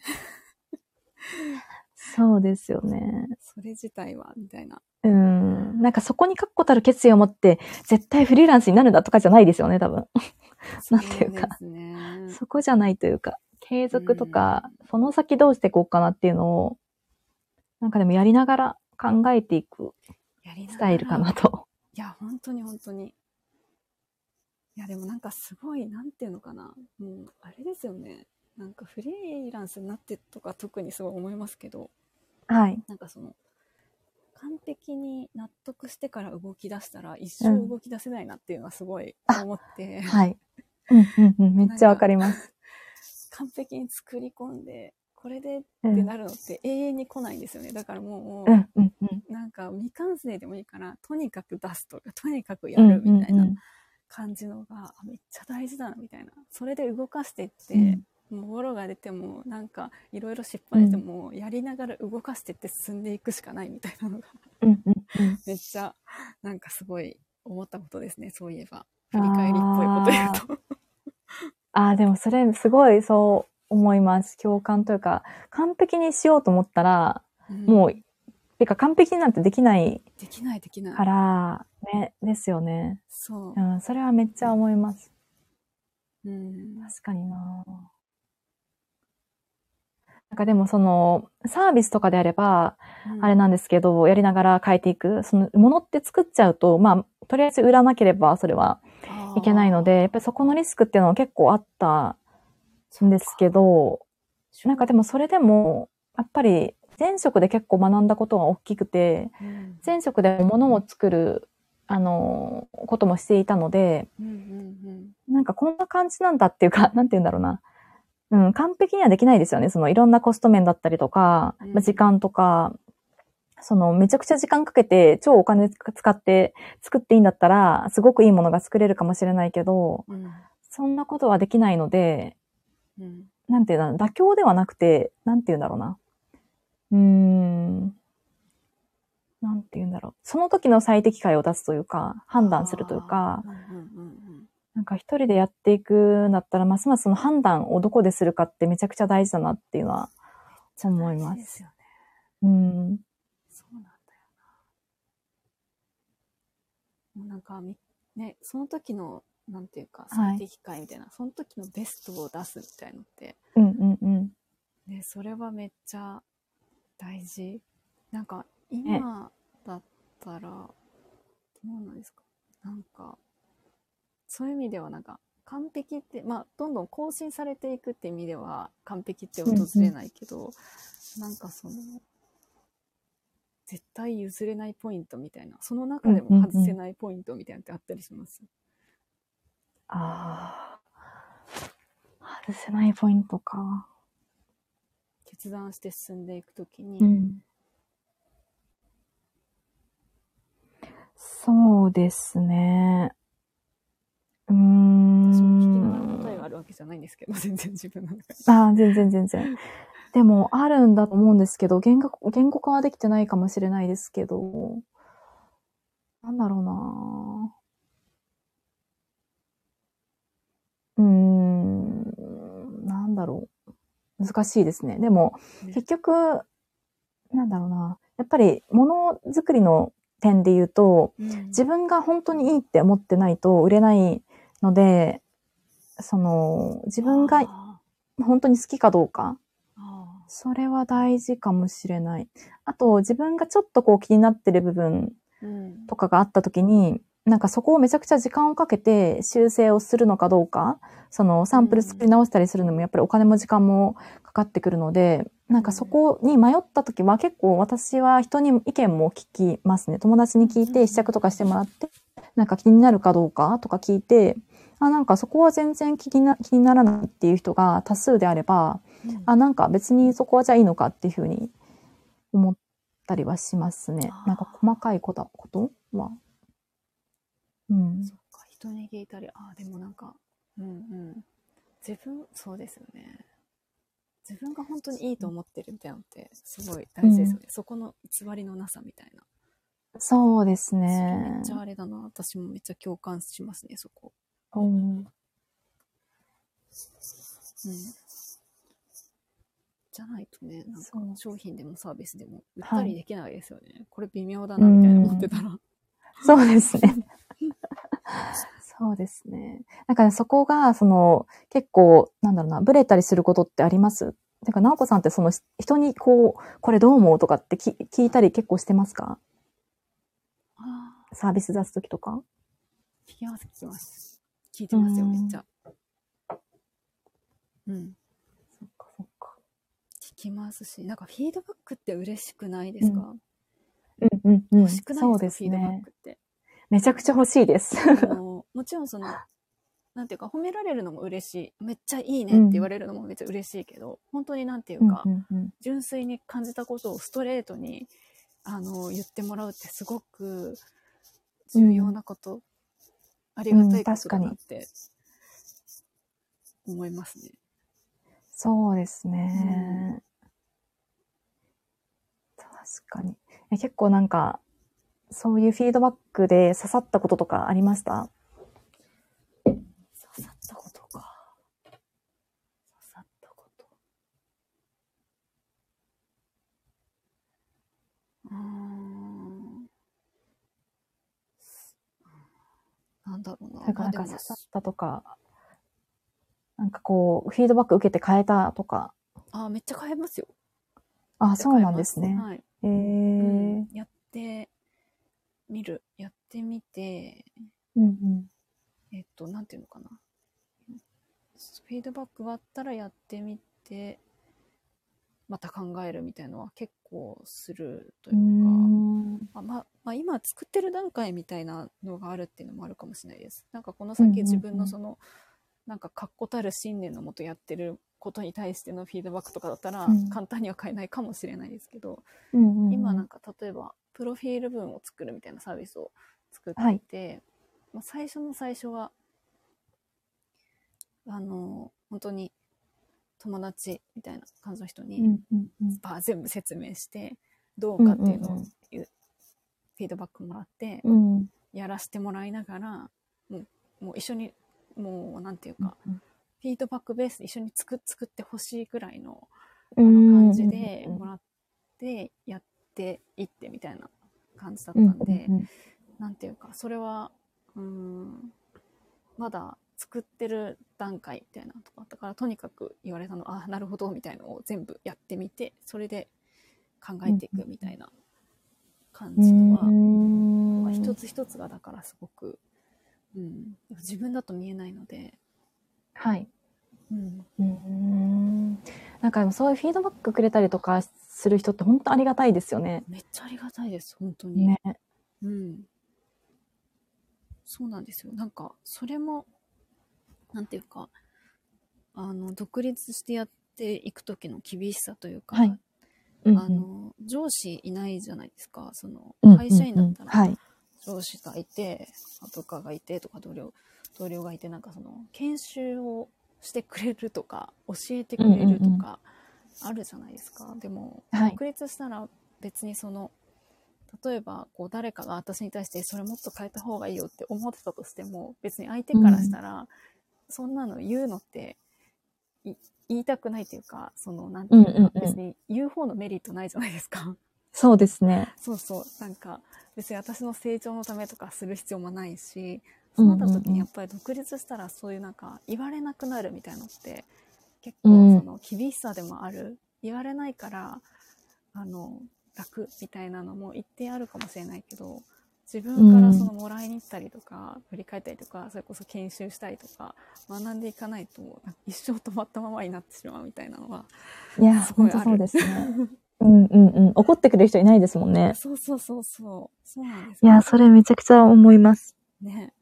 そうですよね。 それ自体は、みたいな。 なんかそこに確固たる決意を持って、絶対フリーランスになるんだとかじゃないですよね、多分。なんていうか。そこじゃないというか、継続とか、その先どうしていこうかなっていうのを、なんかでもやりながら考えていくスタイルかなと。 いや、本当に本当に。いや、でもなんかすごい、なんていうのかな。もう、あれですよね。なんかフリーランスになってとか特にすごい思いますけど、 はい。 なんかその、完璧に納得してから動き出したら一生動き出せないなっていうのはすごい思って。 はい。めっちゃわかります。 完璧に作り込んで、これでってなるのって永遠に来ないんですよね。だからもう、なんか未完成でもいいから、とにかく出すとか、とにかくやるみたいな感じのが、めっちゃ大事だなみたいな。それで動かしていって、もうボロが出ても、なんかいろいろ失敗しても、やりながら動かしていって進んでいくしかないみたいなのが、めっちゃ、なんかすごい思ったことですね。そういえば。振り返りっぽいこと言うと。 でもそれすごいそう思います。共感というか、完璧にしようと思ったら、もう、てか完璧になんてできない。 できない。 から、ね、ですよね。 そう。 それはめっちゃ思います。 確かにな。なんかでもサービスとかであれば、あれなんですけど、やりながら変えていく。そのものって作っちゃうと、とりあえず売らなければそれはいけないので、やっぱりそこのリスクっていうのは結構あったんですけど、なんかでもそれでも、やっぱり前職で結構学んだことが大きくて、前職でものを作る、こともしていたので、なんかこんな感じなんだっていうか、なんて言うんだろうな。完璧にはできないですよね。いろんなコスト面だったりとか、時間とか、めちゃくちゃ時間かけて、超お金使って作っていいんだったら、すごくいいものが作れるかもしれないけど、そんなことはできないので、なんていうんだろう、妥協ではなくて、なんていうんだろうな。なんていうんだろう。その時の最適解を出すというか、判断するというか、なんか一人でやっていくんだったら、ますますその判断をどこでするかってめちゃくちゃ大事だなっていうのは思います。ですよね。 そうなんだよな。もうなんかね、その時のなんていうか最適解みたいな、その時のベストを出すみたいのって、ね、それはめっちゃ大事。なんか今だったらどうなんですか。なんかそういう意味ではなんか完璧って、どんどん更新されていくって意味では完璧って訪れないけど、なんか絶対譲れないポイントみたいな、その中でも外せないポイントみたいなのってあったりします？ 外せないポイントか。 決断して進んでいくときに、 そうですね。 私も聞きながら答えがあるわけじゃないんですけど、全然自分の中で。全然。でも、あるんだと思うんですけど、言語化はできてないかもしれないですけど、なんだろうな。なんだろう。難しいですね。でも、結局、なんだろうな。やっぱり、ものづくりの点で言うと、自分が本当にいいって思ってないと売れないので、自分が本当に好きかどうか、それは大事かもしれない。あと、自分がちょっと気になってる部分とかがあったときに、なんかそこをめちゃくちゃ時間をかけて修正をするのかどうか、サンプル作り直したりするのもやっぱりお金も時間もかかってくるので、なんかそこに迷ったときは結構私は人に意見も聞きますね。友達に聞いて試着とかしてもらって、なんか気になるかどうかとか聞いて、なんかそこは全然気にならないっていう人が多数であれば、なんか別にそこはじゃあいいのかっていうふうに思ったりはしますね。なんか細かいことは。 そっか、人に聞いたり、でもなんか、そうですよね。自分が本当にいいと思ってるみたいなのってすごい大事ですよね。そこの偽りのなさみたいな。 そうですね。 めっちゃあれだな。私もめっちゃ共感しますね、そこ。じゃないとね、なんか商品でもサービスでも売ったりできないですよね。これ微妙だなみたいな思ってたら。 そうですね。そうですね。だからそこが、結構、なんだろうな、ブレたりすることってあります？なんか、直子さんって人にこれどう思うとかって聞いたり結構してますか？サービス出すときとか？ 聞きます。聞いてますよ、めっちゃ。そっか。聞きますし、なんかフィードバックって嬉しくないですか？欲しくないですか、フィードバックって。 めちゃくちゃ欲しいです。 もちろんなんていうか、褒められるのも嬉しい。めっちゃいいねって言われるのもめっちゃ嬉しいけど、本当になんていうか、純粋に感じたことをストレートに、言ってもらうってすごく重要なこと、ありがたいことだなって思いますね。 そうですね。確かに。結構なんか、 そういうフィードバックで刺さったこととかありました？ 刺さったことか。刺さったこと。なんだろうな。 それからなんか刺さったとか、なんかこう、フィードバック受けて変えたとか。 めっちゃ変えますよ。 そうなんですね。 はい。やってみる。やってみて、なんていうのかな。フィードバックがあったらやってみて、また考えるみたいのは結構するというか、今作ってる段階みたいなのがあるっていうのもあるかもしれないです。なんかこの先自分のその、なんか確固たる信念のもとやってることに対してのフィードバックとかだったら簡単には変えないかもしれないですけど、今なんか例えばプロフィール文を作るみたいなサービスを作っていて、最初の最初は本当に友達みたいな感じの人に全部説明してどうかっていうのをフィードバックもらってやらせてもらいながら、もう一緒にもうなんていうか、フィードバックベースで一緒に作ってほしいくらいの感じでもらってやっていってみたいな感じだったんで、なんていうかそれはまだ作ってる段階みたいなとかだからとにかく言われたのなるほどみたいなのを全部やってみてそれで考えていくみたいな感じのは、一つ一つがだからすごく、自分だと見えないので、 なんかそういうフィードバックくれたりとかする人って本当ありがたいですよね。 めっちゃありがたいです本当に。ね。そうなんですよ。なんかそれもなんていうか独立してやっていく時の厳しさというか、上司いないじゃないですか。その会社員だったら上司がいて、部下がいてとか同僚がいて、なんかその研修をしてくれるとか教えてくれるとかあるじゃないですか。でも独立したら別にその例えばこう誰かが私に対してそれもっと変えた方がいいよって思ってたとしても別に相手からしたらそんなの言うのって言いたくないというか、そのなんていうか、別に言う方のメリットないじゃないですか。 そうですね。 なんか別に私の成長のためとかする必要もないし、そうなった時にやっぱり独立したらそういうなんか言われなくなるみたいなのって結構その厳しさでもある、言われないから楽みたいなのも一定あるかもしれないけど、自分からそのもらいに行ったりとか、振り返ったりとか、それこそ研修したりとか学んでいかないと一生止まったままになってしまうみたいなのは、 いや本当そうですね。怒ってくれる人いないですもんね。 そうなんです、 いやそれめちゃくちゃ思いますね。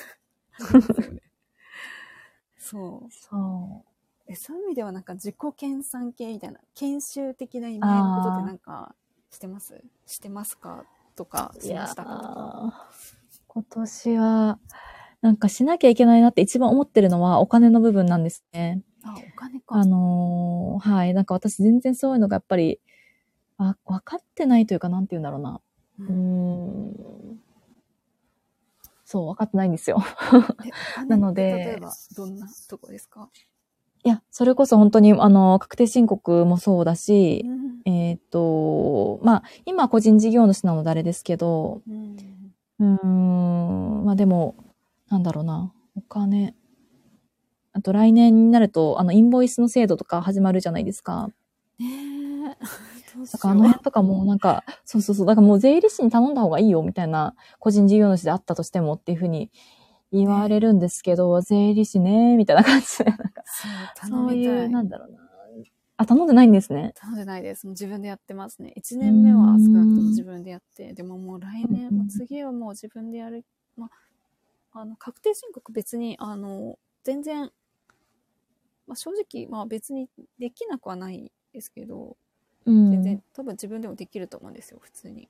そういう意味ではなんか自己研鑽系みたいな研修的な意味合いのことってなんかしてますかとかしましたかとか。 今年はなんかしなきゃいけないなって一番思ってるのはお金の部分なんですね。 お金か。 なんか私全然そういうのがやっぱり分かってないというか、なんて言うんだろうな。そう、分かってないんですよ。なので。 例えばどんなとこですか？ いや、それこそ本当に、確定申告もそうだし、今個人事業主なのであれですけど、でも、なんだろうな、お金。あと来年になると、インボイスの制度とか始まるじゃないですか。だから辺とかもなんか、そう、だからもう税理士に頼んだ方がいいよみたいな、個人事業主であったとしてもっていうふうに言われるんですけど、税理士ね、みたいな感じで、なんかそういう、なんだろうな。頼んでないんですね。 頼んでないです。もう自分でやってますね。1年目は少なくとも自分でやって、でももう来年、次はもう自分でやる。確定申告別に、全然、正直、別にできなくはないですけど、全然多分自分でもできると思うんですよ、普通に。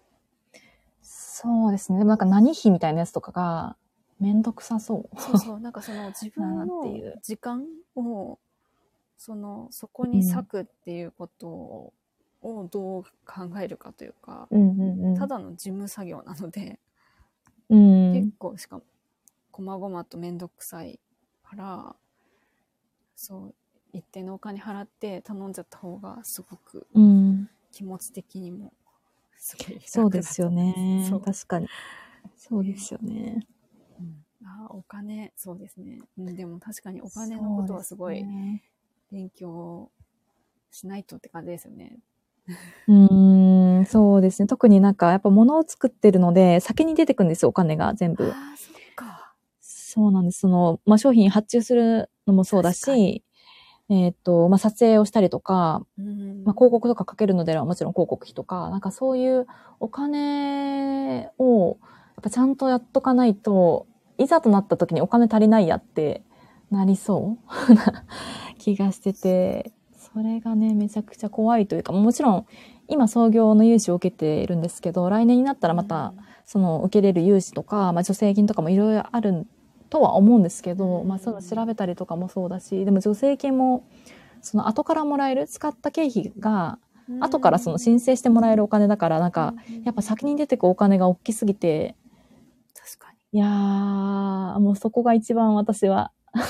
そうですね。でもなんか何費みたいなやつとかがめんどくさそう。 そう、なんかその自分の時間をそこに割くっていうことををどう考えるかというか、ただの事務作業なので、結構しかも細々とめんどくさいから、そう一定のお金払って頼んじゃった方がすごく気持ち的にもすごい楽だった。 そうですよね。確かに。そうですよね。 お金、そうですね。でも確かにお金のことはすごい勉強しないとって感じですよね。 そうですね。特になんかやっぱ物を作ってるので、先に出てくるんですよ、お金が全部。 そっか。 そうなんです。商品発注するのもそうだし、撮影をしたりとか、広告とかかけるのではもちろん広告費とか、なんかそういうお金をやっぱちゃんとやっとかないと、いざとなった時にお金足りないやってなりそうな気がしてて、それがね、めちゃくちゃ怖いというか、もちろん今創業の融資を受けているんですけど、来年になったらまた受けれる融資とか、助成金とかもいろいろあるとは思うんですけど、そういうの調べたりとかもそうだし、でも助成金も後からもらえる使った経費が後から申請してもらえるお金だから、なんかやっぱ先に出てくお金が大きすぎて、 確かに。 いやー、もうそこが一番私は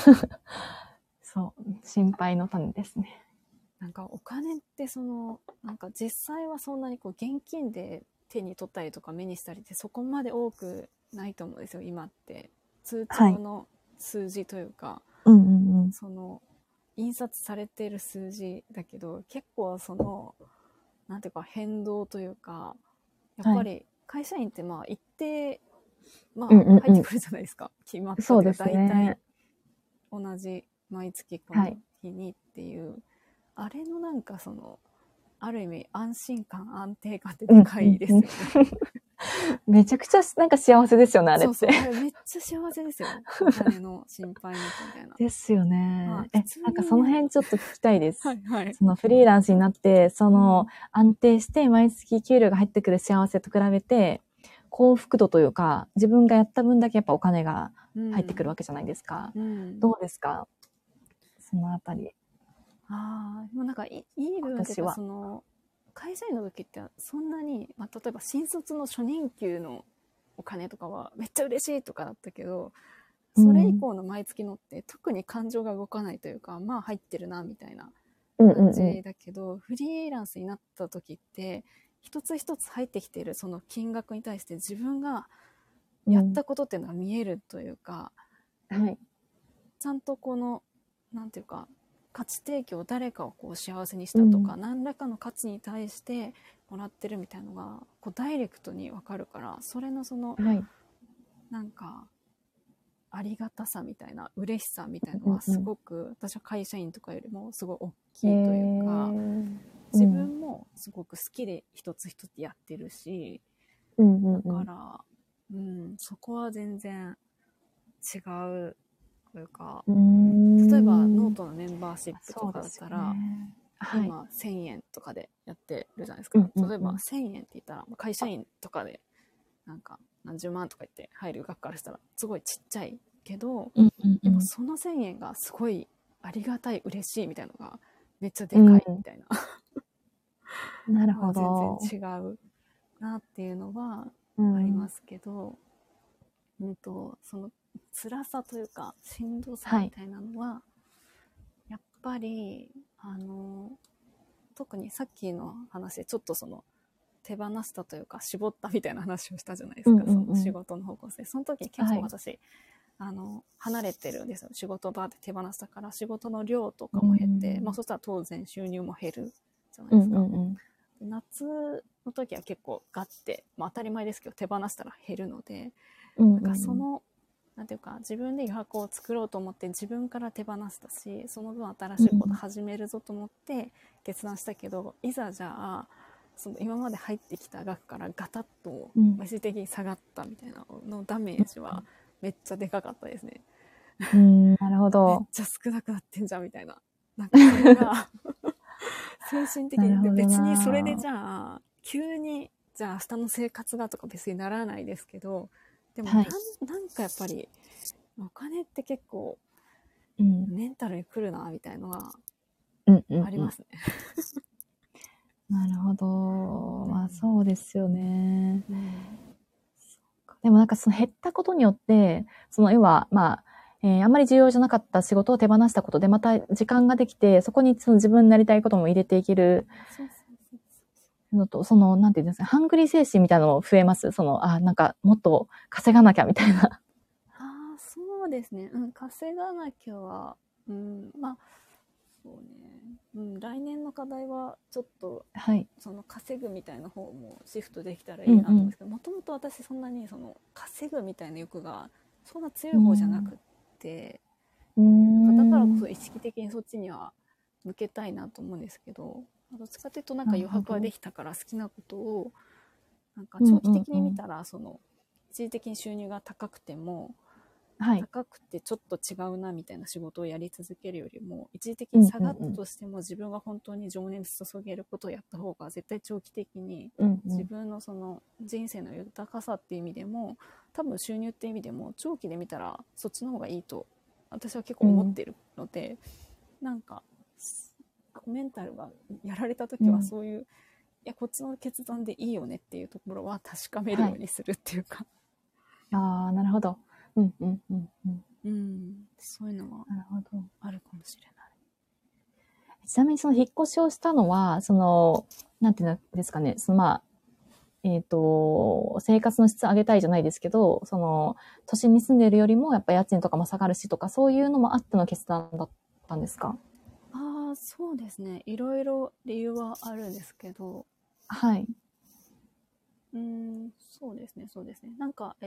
そう心配の種ですね。 なんかお金ってなんか実際はそんなに現金で手に取ったりとか目にしたりってそこまで多くないと思うんですよ、今って。通帳の数字というか、印刷されている数字だけど、結構なんていうか変動というか、やっぱり会社員って一定、入ってくるじゃないですか。決まったというか、大体同じ毎月この日にっていう、あれのなんかある意味安心感、安定感ってでかいですよね。 めちゃくちゃなんか幸せですよね、あれって。 そう、あれめっちゃ幸せですよ。お金の心配なくみたいな。 ですよね。なんかその辺ちょっと聞きたいです。 はい。 フリーランスになって、安定して毎月給料が入ってくる幸せと比べて、幸福度というか、自分がやった分だけやっぱお金が入ってくるわけじゃないですか。どうですか？そのあたり。 でもなんかいい部分っていうか、会社員の時ってそんなに、例えば新卒の初任給のお金とかはめっちゃ嬉しいとかだったけど、それ以降の毎月のって特に感情が動かないというか、入ってるなみたいな感じだけど、フリーランスになった時って一つ一つ入ってきているその金額に対して自分がやったことっていうのが見えるというか、ちゃんとなんていうか価値提供、誰かを幸せにしたとか、何らかの価値に対してもらってるみたいなのがダイレクトに分かるから、それのなんかありがたさみたいな、嬉しさみたいなのはすごく、私は会社員とかよりもすごい大きいというか、自分もすごく好きで一つ一つやってるし、だから、そこは全然違うというか、例えばノートのメンバーシップとかだったら、今1000円とかでやってるじゃないですか。例えば1000円って言ったら会社員とかでなんか何十万とか言って入る額からしたらすごいちっちゃいけど、でもその1000円がすごいありがたい、嬉しいみたいなのがめっちゃでかいみたいな、 なるほど。 全然違うなっていうのはありますけど、その辛さというかしんどさみたいなのは、やっぱり特にさっきの話でちょっと手放したというか絞ったみたいな話をしたじゃないですか、その仕事の方向性。その時に結構私、離れてるんですよ。仕事場で手放したから仕事の量とかも減って、そしたら当然収入も減るじゃないですか。夏の時は結構ガッて、当たり前ですけど手放したら減るので、なんかなんていうか自分で余白を作ろうと思って自分から手放したし、その分新しいこと始めるぞと思って決断したけど、いざじゃあ今まで入ってきた額からガタッと一時的に下がったみたいなのダメージはめっちゃでかかったですね。 なるほど。 めっちゃ少なくなってんじゃんみたいな。なんかそれが精神的に別にそれでじゃあ急にじゃあ明日の生活がとか別にならないですけど、でもなんかやっぱりお金って結構メンタルに来るなみたいなのがありますね。 なるほど。まあそうですよね。 うん、 でもなんかその減ったことによって、その要は、まあ、あんまり重要じゃなかった仕事を手放したことで、また時間ができて、そこにその自分になりたいことも入れていけるそうそうそうのと、その、なんていうんですか、ハングリー精神みたいなのも増えます。その、なんかもっと稼がなきゃみたいな。 ああ、そうですね。うん、稼がなきゃは、うん、まあ、そうね。うん、来年の課題は、ちょっと、 はい。 その稼ぐみたいな方もシフトできたらいいうんうん。 なと思うんですけど、もともと私そんなにその稼ぐみたいな欲がそんな強うい方じゃなくん。 って、 うーだからこそん。 意識的にそっちには向けたいなと思うんですけど、どっちかというとなんかなる余ほど。 白ができたから好きなことをなんかうん長期的に見うんうん。 たらその一時的に収入が高くてもはい。 高くてちょっと違うなみたいな仕事をやり続けるよりも一時的うんに下がったうんうん。 としても自分が本当に情熱注げることをやった方が絶対長期的にうんうん。 自分のその人生の豊かさっていう意味でも多分収入っていう意味でも長期で見たらそっちの方がいいと私は結構うん。 思ってるので、なんかメンタルがやられた時はうん。 そういういやこっちの決断でいいよねっていうところは確かめるはい。 ようにするっていうか、 ああ、なるほど。うんうんうんうん。 うん、そういうのはなるほど。 あるかもしれない。 ちなみにその引っ越しをしたのは、その、なんていうんですかね、そのまあ、生活の質上げたいじゃないですけど、その、都心に住んでいるよりも、やっぱ家賃とかも下がるしとか、そういうのもあっての決断だったんですか？ ああ、そうですね。いろいろ理由はあるんですけど、 はい。 そうですね、そうですね。なんか、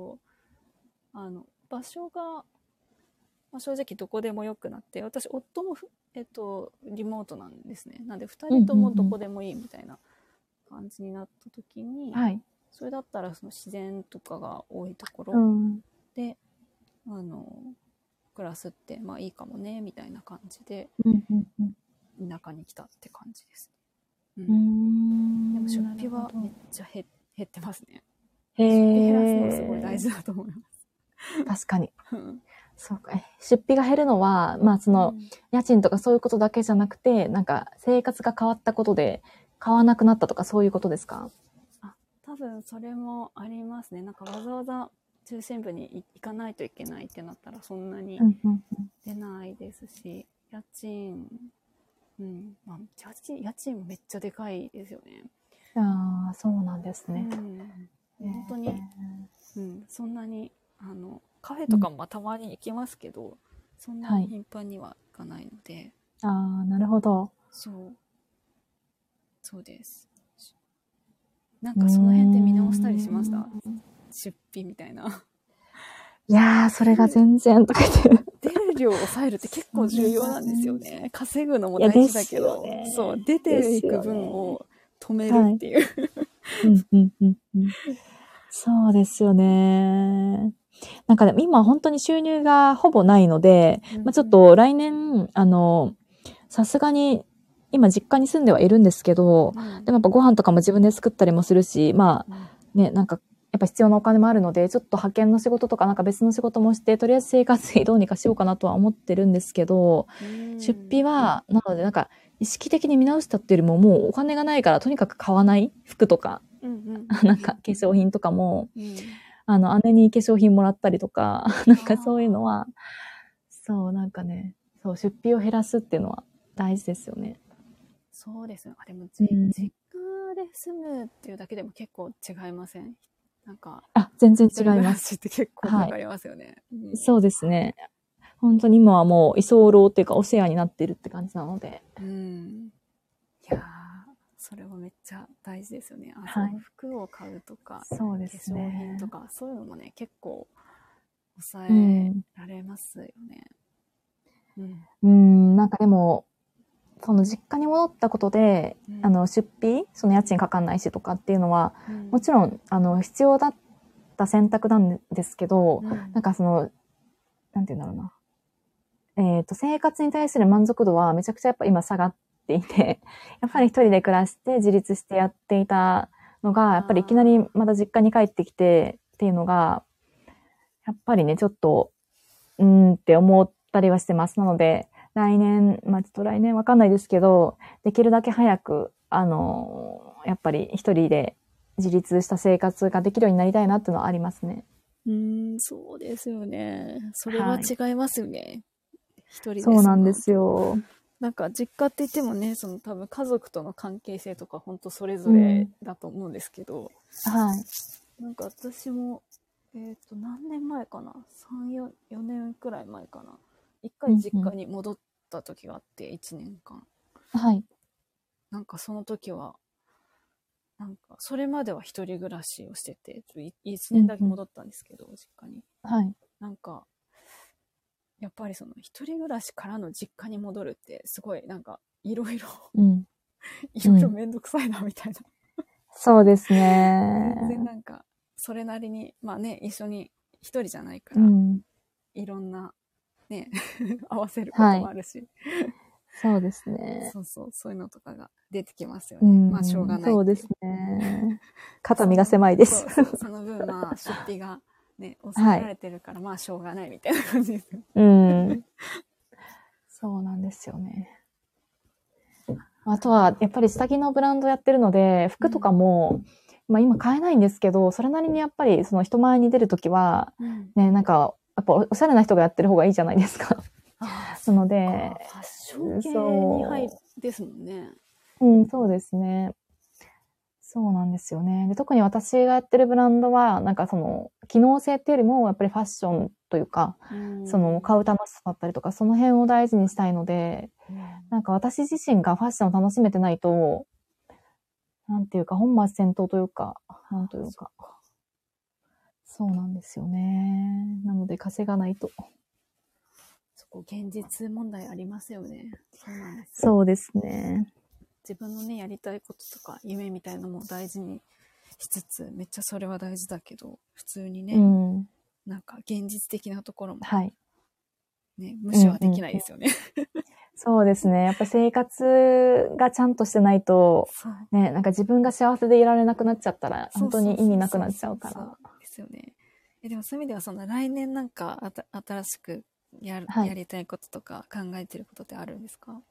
場所が、まあ、正直どこでもよくなって、私、夫もリモートなんですね。なんで、二うん人ともどうんうん。 こでもいいみたいな感じになった時に、 はい。 それだったらその自然とかが多いところうん。 で、あの、暮らすって、まあいいかもね、みたいな感じで、 うんうんうん。 田舎に来たって感じですね。ううーん。でもん、 出なるほど。 費はめっちゃ減ってますね。 へ出費減らすのすごい大え、 事だと思います。 確かに。 うん。 そうか。出費が減るのは、まあその、 うん。 家賃とかそういうことだけじゃなくて、なんか生活が変わったことで買わなくなったとかそういうことですか？ あ、多分それもありますね。なんかわざわざ中心部に行かないといけないってなったらそんなにうんうんうん。 出ないですし、家賃、うん、まあ、家賃もめっちゃでかいですよね。 ああ、そうなんですね。 うん。 え本当に、 ーうん、そんなに、カフェうん。 とかもたまに行きますけど、そんなはい。 に頻繁には行かないので、 ああ、なるほど。 そう、そうです。なんうーかその辺って見直したりしましん。 た？出費みたいな。 いやー、それが出る、 全然とか言ってる。 出る量を抑えるって結構重それが要なんですよね。 ね。稼ぐのもいや、 大事だですよけど、そう、 ね。 出ですていくよね。 分を止めるっはい。 ていう。 うんうんうんうん。そうですよね。なんかでも今本当に収入がほぼないので、 うんまあ、ちょっうん。 と来年、さすがに、今実家に住んではいるんですけど、 うん。 でもやっぱご飯とかも自分で作ったりもするし、まあうん。 ね、なんかやっぱ必要なお金もあるので、ちょっと派遣の仕事とかなんか別の仕事もして、とりあえず生活費どうにかしようかなとは思ってるんですけど、 う出ん。 費は、なのでなんか意識的に見直したっていうよりももうお金がないからとにかく買わない服とか、 うんうんなんか化粧品とかも、 うんうん。 姉に化粧品もらったりとか、なんかそういうのああ、 は、そう、なんかね、そう、出費を減らすっていうのは大事ですよね。 そうですね。あ、でもうん。 実家で住むっていうだけでも結構違いません？なんか、 あ、全然一人暮違います。 らしって結構かはい。 かりますよね。うん。 そうですね。本当に今はもう居候っていうかお世話になってるって感じなので。 うん。いやー、それはめっちゃ大事ですよね。あ、そう、 はい。 服を買うとか、化そうです粧品とね。 か、そういうのもね、結構抑うえん。 られますよね。うん。 なんかでも、その実家に戻ったことで、 うん。 出費、その家賃かかんないしとかっていうのは、 うん。 もちろん、必要だった選択なんですけど、 うん。 なんかその、なんて言うんだろうな。生活に対する満足度はめちゃくちゃやっぱ今下がっていて、やっぱり一人で暮らして自立してやっていたのが、やっぱりいきなりあまた実家に帰ってきてっていうのが、やっぱりね、ちょっと、って思ったりはしてます。なので、来年、まあちょっと来年わかんないですけど、できるだけ早く、 やっぱり一人で自立した生活ができるようになりたいなっていうのはありますね。 そうですよね。それは違いますよね。一人でそうなんですよ。 なんか実家って言ってもね、その多分家族との関係性とか本当それぞれだと思うんですけど、 はい。 なんか私も、何年前かな ?3、4年くらい前かな。一回実家に戻った時があって、1年間。 はい。 なんかその時は、なんかそれまでは一人暮らしをしてて、1年だけ戻ったんですけど、実家に。 はい。 なんか、やっぱりその一人暮らしからの実家に戻るってすごいなんかいろいろめんどくさいなみたいな。 そうですね。 全然なんかそれなりにまあね一緒に一人じゃないから、いろんなね合わせることもあるし、 そうですね。 そういうのとかが出てきますよね。まあしょうがない。 そうですね。肩身が狭いです。 その分まあ出費がね抑えられてるから、まあしょうがないみたいな感じですよ。 そうなんですよね。あとは、やっぱり下着のブランドやってるので、服とかも、まあ今買えないんですけど、それなりにやっぱりその人前に出るときは、ね、なんか、やっぱおしゃれな人がやってる方がいいじゃないですか。なので、 ファッション系に入ですもんね。 そうですね。そうなんですよね。で、特に私がやってるブランドは、なんかその、機能性っていうよりも、やっぱりファッションというか、その、買う楽しさだったりとか、その辺を大事にしたいので、なんか私自身がファッションを楽しめてないと、なんていうか、本末転倒というか、なんというか、そうなんですよね。なので、稼がないと。 そこ、現実問題ありますよね。そうなんです。 そうですね。 自分のね、やりたいこととか、夢みたいなのも大事にしつつ、めっちゃそれは大事だけど、普通にね、なんか現実的なところも、ね、無視はできないですよね。 そうですね。やっぱ生活がちゃんとしてないと、ね、なんか自分が幸せでいられなくなっちゃったら、本当に意味なくなっちゃうから。 ですよね。でもそういう意味では、その来年なんか新しくやりたいこととか考えてることってあるんですか？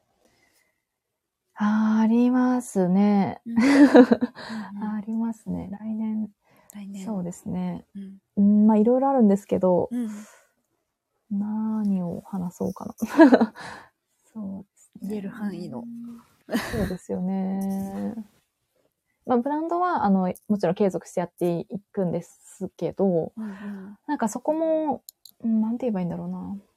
ありますね。ありますね。来年。そうですね。まあいろいろあるんですけど、何を話そうかな。そうですね。 言える範囲の。 そうですよね。まあブランドは、もちろん継続してやっていくんですけど、なんかそこも、なんて言えばいいんだろう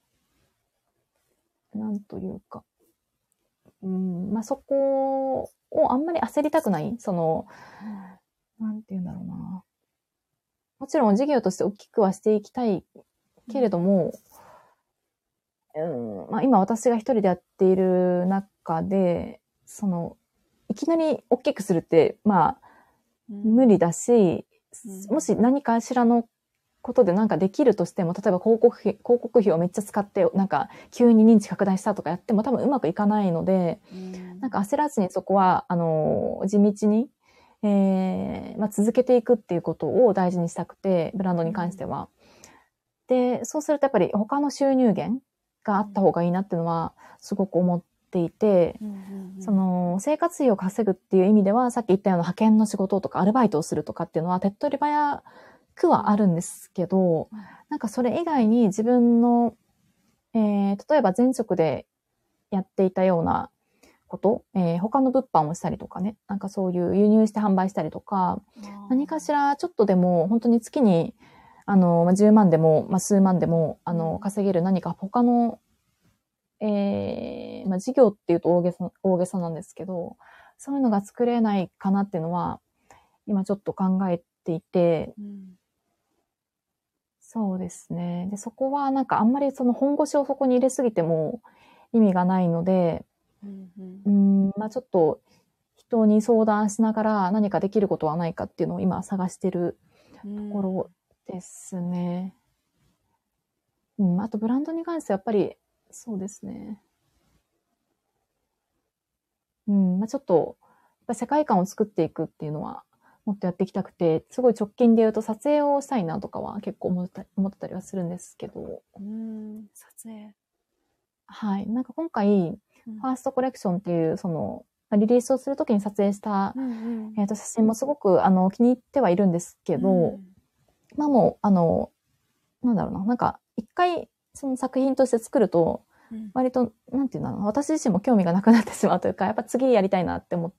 な。なんというか。まあそこをあんまり焦りたくない。その、なんて言うんだろうな。もちろん事業として大きくはしていきたいけれども、まあ今私が一人でやっている中で、その、いきなり大きくするって、まあ、無理だし、もし何かしらのことでなんかできるとしても、例えば広告費をめっちゃ使って、なんか急に認知拡大したとかやっても多分うまくいかないので、なんか焦らずにそこは、地道に、まあ、続けていくっていうことを大事にしたくて、ブランドに関しては。で、そうするとやっぱり他の収入源があった方がいいなっていうのはすごく思っていて、その生活費を稼ぐっていう意味では、さっき言ったような派遣の仕事とかアルバイトをするとかっていうのは手っ取り早くはあるんですけど、なんかそれ以外に自分の、例えば前職でやっていたようなこと、他の物販をしたりとかね、なんかそういう輸入して販売したりとか、何かしらちょっとでも本当に月に10万でも、まあ、数万でも稼げる何か他の、まあ、事業っていうと大げさなんですけど、そういうのが作れないかなっていうのは今ちょっと考えていて、そうですね。で、そこはなんかあんまりその本腰をそこに入れすぎても意味がないので、まあちょっと人に相談しながら何かできることはないかっていうのを今探してるところですね。あとブランドに関してはやっぱりそうですね。まあちょっとやっぱ世界観を作っていくっていうのはもっとやっていきたくて、すごい直近で言うと撮影をしたいなとかは結構思ってたりはするんですけど。 撮影。 はい。なんか今回、ファーストコレクションっていう、その、 リリースをするときに撮影した、写真もすごく気に入ってはいるんですけど、まあもう、なんだろうな、なんか一回その作品として作ると、割と、なんていうの、私自身も興味がなくなってしまうというか、やっぱ次やりたいなって思って、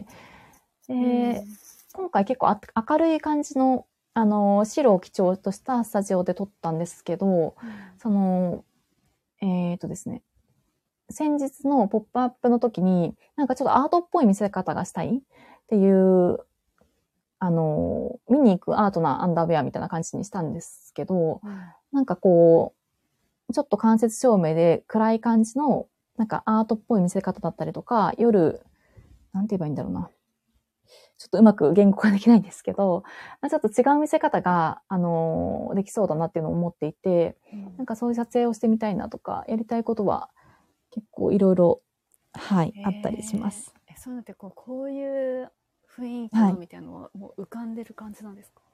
で、今回結構明るい感じの、白を基調としたスタジオで撮ったんですけど、その、ですね、先日のポップアップの時に、なんかちょっとアートっぽい見せ方がしたいっていう、見に行くアートなアンダーウェアみたいな感じにしたんですけど、なんかこう、ちょっと間接照明で暗い感じの、なんかアートっぽい見せ方だったりとか、夜、なんて言えばいいんだろうな。ちょっとうまく言語化できないんですけど、ちょっと違う見せ方が、できそうだなっていうのを思っていて、なんかそういう撮影をしてみたいなとか、やりたいことは結構いろいろ、はい、あったりします。 そういうのってこういう雰囲気のみたいなのはもう浮かんでる感じなんですか？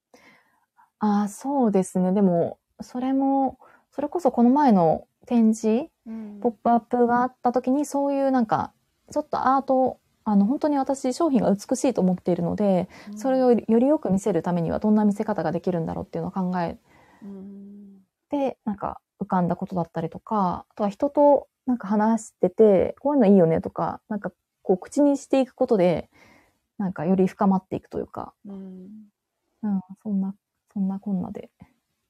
そうですね。でも、それこそこの前の展示、ポップアップがあった時に、そういうなんか、ちょっとアート、本当に私商品が美しいと思っているので、それをよりよく見せるためにはどんな見せ方ができるんだろうっていうのを考えて、なんか浮かんだことだったりとか、あとは人となんか話してて、こういうのいいよねとか、なんかこう口にしていくことで、なんかより深まっていくというか、そんなこんなで。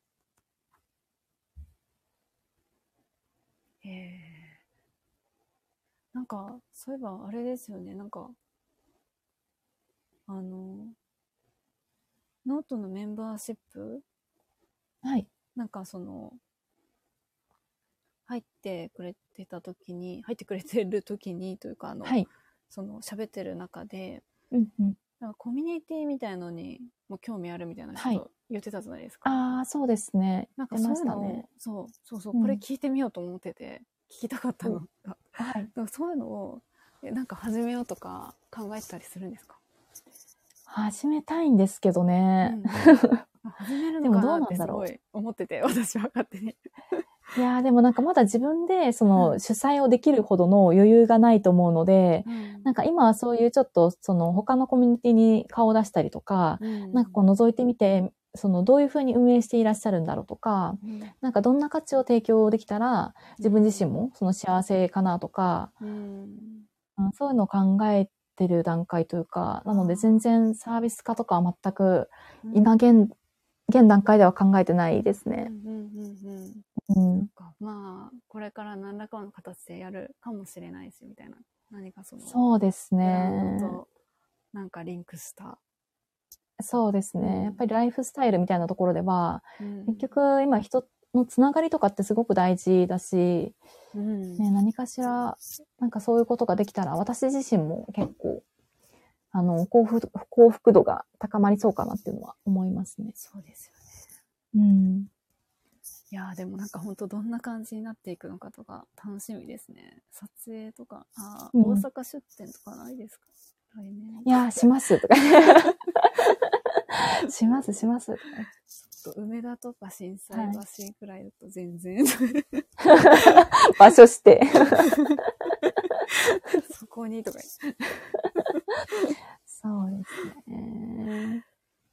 なんか、そういえばあれですよね、なんか、ノートのメンバーシップ、 はい。 なんか入ってくれてる時にというか、 はい。 喋ってる中で、なんかコミュニティみたいのにも興味あるみたいな人言ってたじゃないですか。 そうですね。 なんかそういうのを、これ聞いてみようと思ってて、聞きたかったのが。はい。だからそういうのを、なんか始めようとか考えてたりするんですか？ 始めたいんですけどね。 始めるのかなってすごい思ってて、私は勝手に。 いやでもなんかまだ自分で主催をできるほどの余裕がないと思うので、なんか今はそういうちょっと他のコミュニティに顔を出したりとか、なんかこう覗いてみて、どういうふうに運営していらっしゃるんだろうとか、なんかどんな価値を提供できたら自分自身も幸せかなとか、そういうのを考えてる段階というか、なので全然サービス化とかは全く今現段階では考えてないですね。 まあ、これから何らかの形でやるかもしれないし、みたいな。何かそうですね。 ブランドとなんかリンクした。 そうですね。やっぱりライフスタイルみたいなところでは、結局今人のつながりとかってすごく大事だし、何かしら、なんかそういうことができたら、私自身も結構、幸福度が高まりそうかなっていうのは思いますね。 そうですよね。 いやでもなんか本当どんな感じになっていくのかとか楽しみですね。撮影とか、大阪出店とかないですか？来年。 いやしますとか。します。 ちょっと梅田とか心斎橋くらいだと全然。 場所して。 そこにとか言って。 そうですね。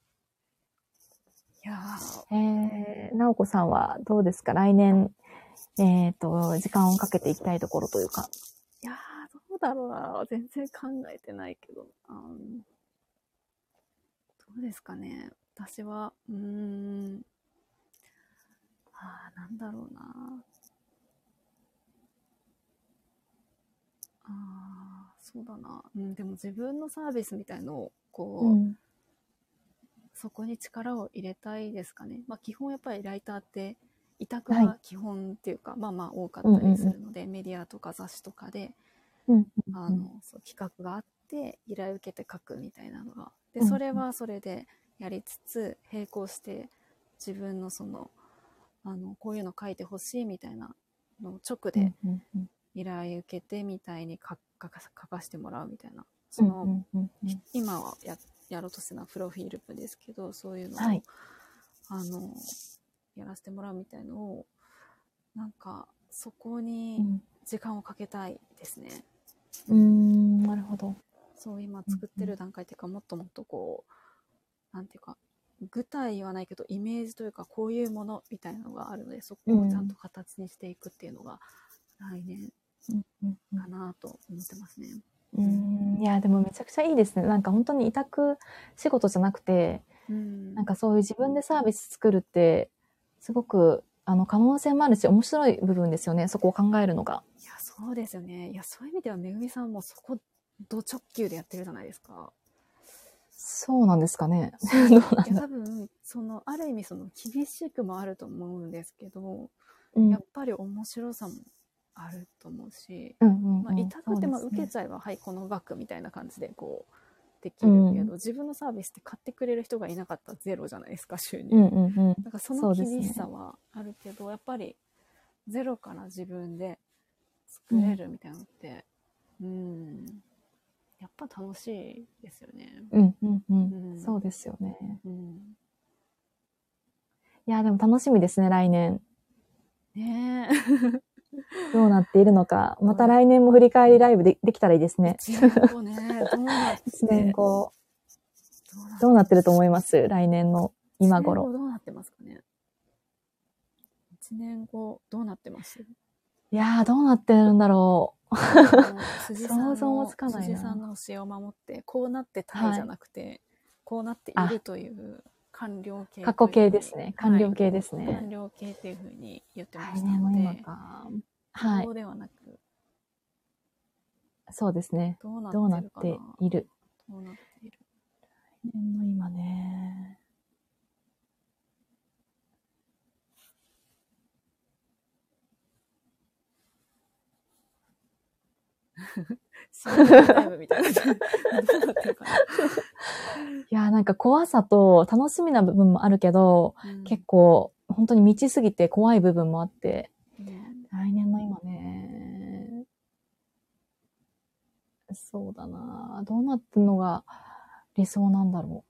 いや直子さんはどうですか？来年、時間をかけていきたいところというか。 いやどうだろうな。全然考えてないけど。どうですかね。私は、なんだろうな。そうだな。でも自分のサービスみたいのを、そこに力を入れたいですかね。まあ基本やっぱりライターって委託が基本っていうか、まあ多かったりするので、メディアとか雑誌とかで、そう企画があって依頼を受けて書くみたいなのが、でそれはそれでやりつつ並行して自分のこういうの書いてほしいみたいなのを直で依頼受けてみたいに書かせてもらうみたいな、今はやろうとしてるのはプロフィール文ですけど、そういうのを、やらせてもらうみたいのを、なんかそこに時間をかけたいですね。 なるほど。 そう今作ってる段階っていうか、もっともっとこうなんていうか具体はないけどイメージというかこういうものみたいなのがあるので、そこをちゃんと形にしていくっていうのが来年かなと思ってますね。 いやでもめちゃくちゃいいですね。なんか本当に委託仕事じゃなくて、なんかそういう自分でサービス作るってすごく可能性もあるし面白い部分ですよね。そこを考えるのが。 いやそうですよね。いやそういう意味ではめぐみさんもそこド直球でやってるじゃないですか。 そうなんですかね。 いや多分ある意味厳しくもあると思うんですけど、やっぱり面白さもあると思うし、委託って受けちゃえば、はい、この額みたいな感じでこうできるけど、自分のサービスって買ってくれる人がいなかったらゼロじゃないですか、収入。だからその厳しさはあるけど、やっぱりゼロから自分で作れるみたいなのって、やっぱ楽しいですよね。 そうですよね。いやでも楽しみですね、来年。 ねえ。どうなっているのか。また来年も振り返りライブできたらいいですね。 1年後ね、どうなって 1年後。どうなってると思います？来年の今頃。 1年後どうなってますかね。1年後どうなってます？ いやー、どうなってるんだろう。 想像もつかないな。辻さんの教えを守って、こうなってたいじゃなくて、こうなっているという完了形。 過去形ですね。完了形ですね。 完了形っていうふうに言ってましたので、 はい。 そうではなく、 そうですね。どうなっている。 どうなっている。 来年の今ね。 シングルタイムみたいな。どうなってるかな。いや、なんか怖さと楽しみな部分もあるけど、結構本当に満ちすぎて怖い部分もあって、来年の今ね、そうだな、どうなってるのが理想なんだろ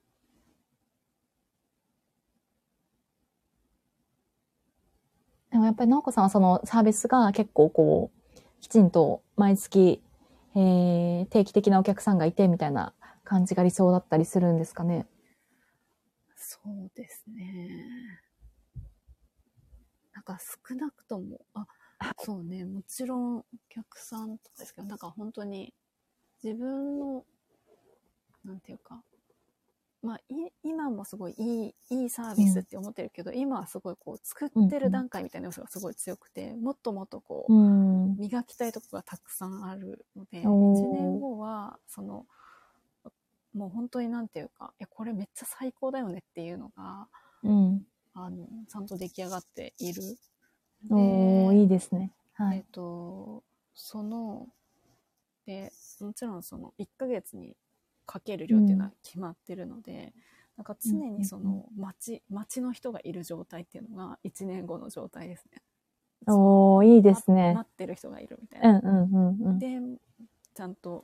う。でもやっぱり直子さんはそのサービスが結構こう、きちんと毎月、定期的なお客さんがいてみたいな感じが理想だったりするんですかね。 そうですね。なんか少なくとも、そうね、もちろんお客さんとかですけど、なんか本当に自分の、なんていうか、今もすごいいいサービスって思ってるけど、今はすごいこう作ってる段階みたいな要素がすごい強くて、もっともっとこう、磨きたいところがたくさんあるので、1年後はもう本当になんていうか、いやこれめっちゃ最高だよねっていうのが、ちゃんと出来上がっている。 いいですね。はい。 で、もちろん1ヶ月にかける量っていうのは決まってるので、なんか常に街の人がいる状態っていうのが1年後の状態ですね。 いいですね。 待ってる人がいるみたいな。で、ちゃんと、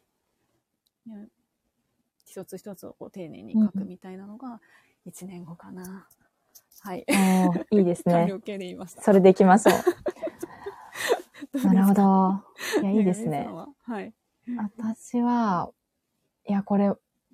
一つ一つをこう丁寧に書くみたいなのが1年後かな。はい。 いいですね。 完了形で言いました。 それでいきましょう。なるほど。いや、いいですね。 はい。 私は、いや、これ、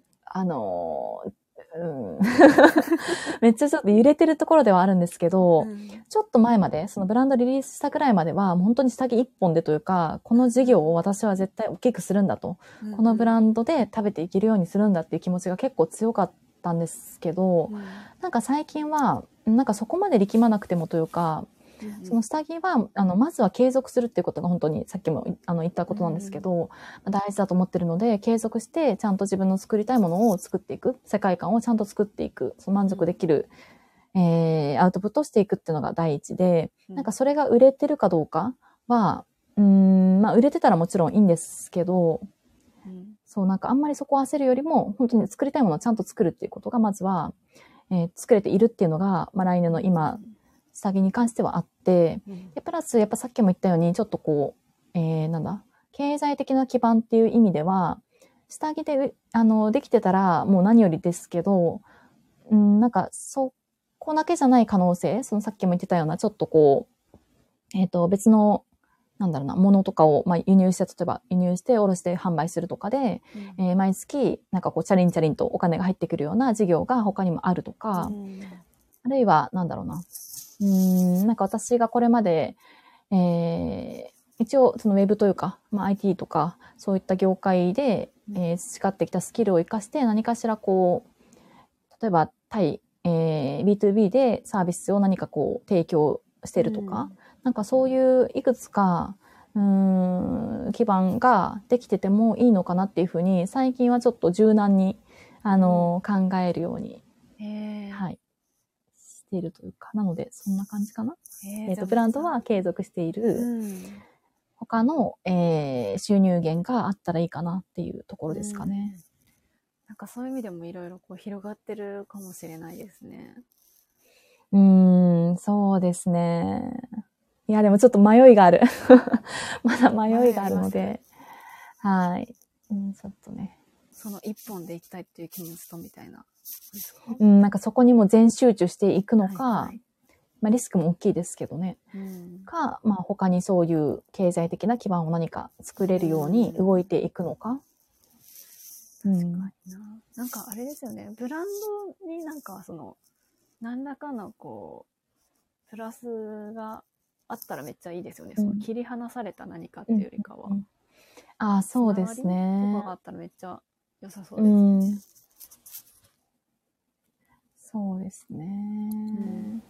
めっちゃちょっと揺れてるところではあるんですけど、ちょっと前まで、そのブランドリリースしたくらいまでは、本当に下着一本でというか、この事業を私は絶対大きくするんだと、このブランドで食べていけるようにするんだっていう気持ちが結構強かったんですけど、なんか最近は、なんかそこまで力まなくてもというか、その下着は、まずは継続するっていうことが本当にさっきも言ったことなんですけど、大事だと思ってるので、継続してちゃんと自分の作りたいものを作っていく、世界観をちゃんと作っていく、その満足できる、アウトプットをしていくっていうのが第一で、なんかそれが売れてるかどうかは、売れてたらもちろんいいんですけど、そう、なんかあんまりそこを焦るよりも、本当に作りたいものをちゃんと作るっていうことが、まずは、作れているっていうのが、来年の今、下着に関してはあって、でプラスやっぱさっきも言ったようにちょっとこう、経済的な基盤っていう意味では下着でできてたらもう何よりですけど、なんかそこだけじゃない可能性、そのさっきも言ってたようなちょっとこう別のなんだろうな、物とかを、まあ、輸入して、例えば輸入して、卸して販売するとかで、毎月、なんかこう、チャリンチャリンとお金が入ってくるような事業が他にもあるとか、あるいは、なんだろうな、なんか私がこれまで、一応、そのウェブというか、まあ、IT とか、そういった業界で、培ってきたスキルを活かして、何かしらこう、例えば、対、B2B でサービスを何かこう、提供してるとか、なんかそういういくつか、基盤ができててもいいのかなっていうふうに、最近はちょっと柔軟に、考えるように、はい、しているというか、なので、そんな感じかな。ブランドは継続している、他の、収入源があったらいいかなっていうところですかね。 なんかそういう意味でもいろいろこう広がってるかもしれないですね。 そうですね。いや、でもちょっと迷いがある。まだ迷いがあるので。はい。ちょっとね。 その一本で行きたいっていう気持ちとみたいな。 なんかそこにも全集中していくのか、まあリスクも大きいですけどね。か、まあ他にそういう経済的な基盤を何か作れるように動いていくのか。 確かにな。なんかあれですよね。ブランドになんかその、何らかのこう、プラスがあったらめっちゃいいですよね。その切り離された何かっていうよりかは。 ああ、そうですね。 とかがあったらめっちゃ良さそうですね。 そうですね。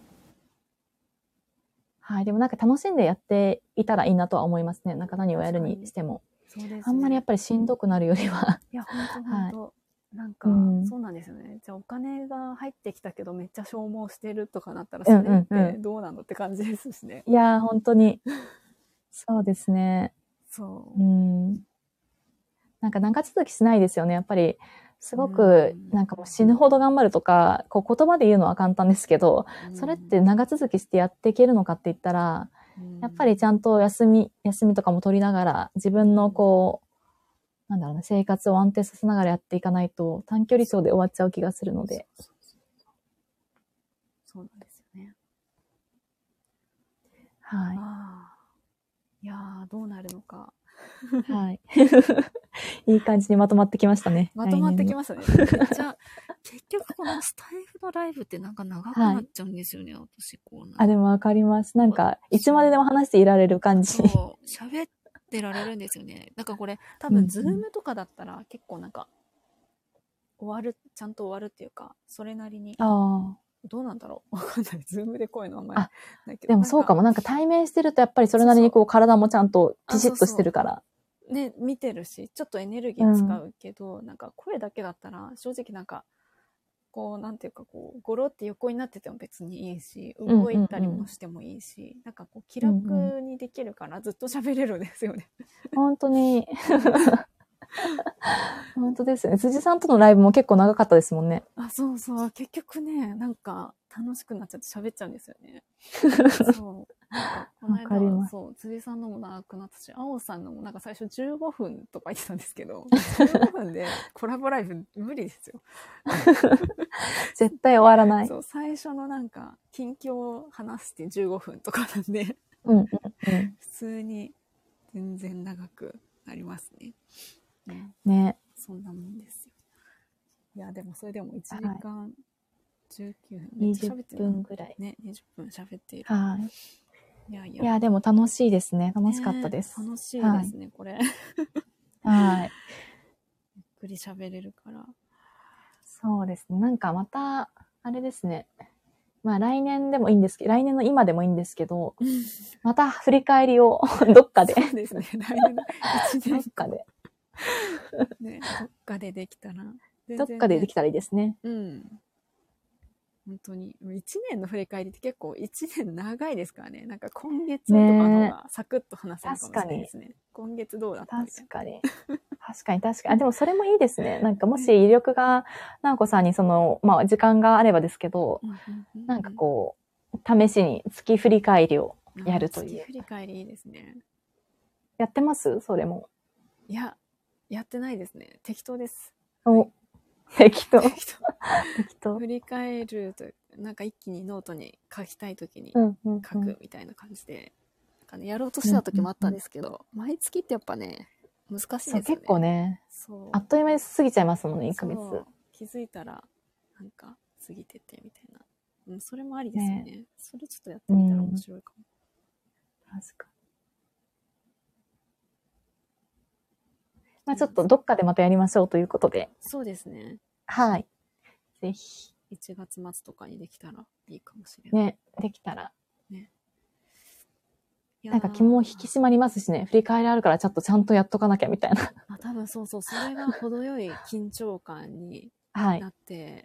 はい。でもなんか楽しんでやっていたらいいなとは思いますね。なんか何をやるにしても。 そうですね。 あんまりやっぱりしんどくなるよりは。 いや、本当なんか、そうなんですよね。じゃあお金が入ってきたけどめっちゃ消耗してるとかなったら、それってどうなのって感じですしね。 いやー、本当に。そうですね。 そう。 なんか長続きしないですよね。やっぱり、すごく、なんかもう死ぬほど頑張るとか、こう言葉で言うのは簡単ですけど、それって長続きしてやっていけるのかって言ったら、やっぱりちゃんと休みとかも取りながら、自分のこう、なんだろうね、生活を安定させながらやっていかないと、短距離走で終わっちゃう気がするので。 そうなんですよね。 はい。 いやー、どうなるのか。 はい。いい感じにまとまってきましたね。 まとまってきましたね。めっちゃ、結局このスタイフのライブってなんか長くなっちゃうんですよね、私こう。 でもわかります。なんか、いつまででも話していられる感じ。 そう、喋ってられるんですよね。なんかこれ、多分、ズームとかだったら結構なんか、ちゃんと終わるっていうか、それなりに。どうなんだろうわかんない。ズームでこういうのあんまりないけど。 でもそうかも。なんか対面してるとやっぱりそれなりにこう体もちゃんとピシッとしてるから。 ね、見てるし、ちょっとエネルギー使うけど、なんか声だけだったら、正直なんか、こう、なんていうかこう、ゴロって横になってても別にいいし、動いたりもしてもいいし、なんかこう、気楽にできるからずっと喋れるんですよね。 本当に。本当ですね。辻さんとのライブも結構長かったですもんね。 そうそう。結局ね、なんか楽しくなっちゃって喋っちゃうんですよね。そう。なんかこの間、そう、辻さんのも長くなったし、青さんのもなんか最初15分とか言ってたんですけど、15分でコラボライブ無理ですよ。 絶対終わらない。 そう、最初のなんか、近況を話して15分とかなんで、 普通に全然長くなりますね。 ね。 そんなもんですよ。いや、でもそれでも1時間19分、 20分ぐらい。 ね、20分喋っている。 はい。 いや、でも楽しいですね。楽しかったです。 楽しいですね、これ。 はい。 ゆっくり喋れるから。 そうですね。なんかまた、あれですね。まあ来年でもいいんですけど、来年の今でもいいんですけど、また振り返りをどっかで。 そうですね、来年の1年どっかで。 ね、どっかでできたら。 どっかでできたらいいですね。 本当に。1年の振り返りって結構1年長いですからね。なんか今月とかの方がサクッと話せるかもしれないですね。今月どうだったみたいな。 確かに。でもそれもいいですね。なんかもし威力が、直子さんにまあ時間があればですけど、なんかこう、試しに月振り返りをやるという。 月振り返りいいですね。 やってますそれも。 いや、やってないですね。適当です。 適当。 振り返ると、なんか一気にノートに書きたいときに書くみたいな感じでかね、やろうとしてた時もあったんですけど、毎月ってやっぱね、難しいですよね。 結構ね、 そう。 あっという間に過ぎちゃいますもんね、1ヶ月。 気づいたら、なんか、過ぎててみたいな。うん、それもありですよね。それちょっとやってみたら面白いかも。 確かに。まあちょっとどっかでまたやりましょうということで。 そうですね。 はい。ぜひ。 1月末とかにできたらいいかもしれない。 ね、できたら。 ね。 なんか気も引き締まりますしね、振り返りあるからちゃんとやっとかなきゃみたいな。 多分そう、それが程よい緊張感になって、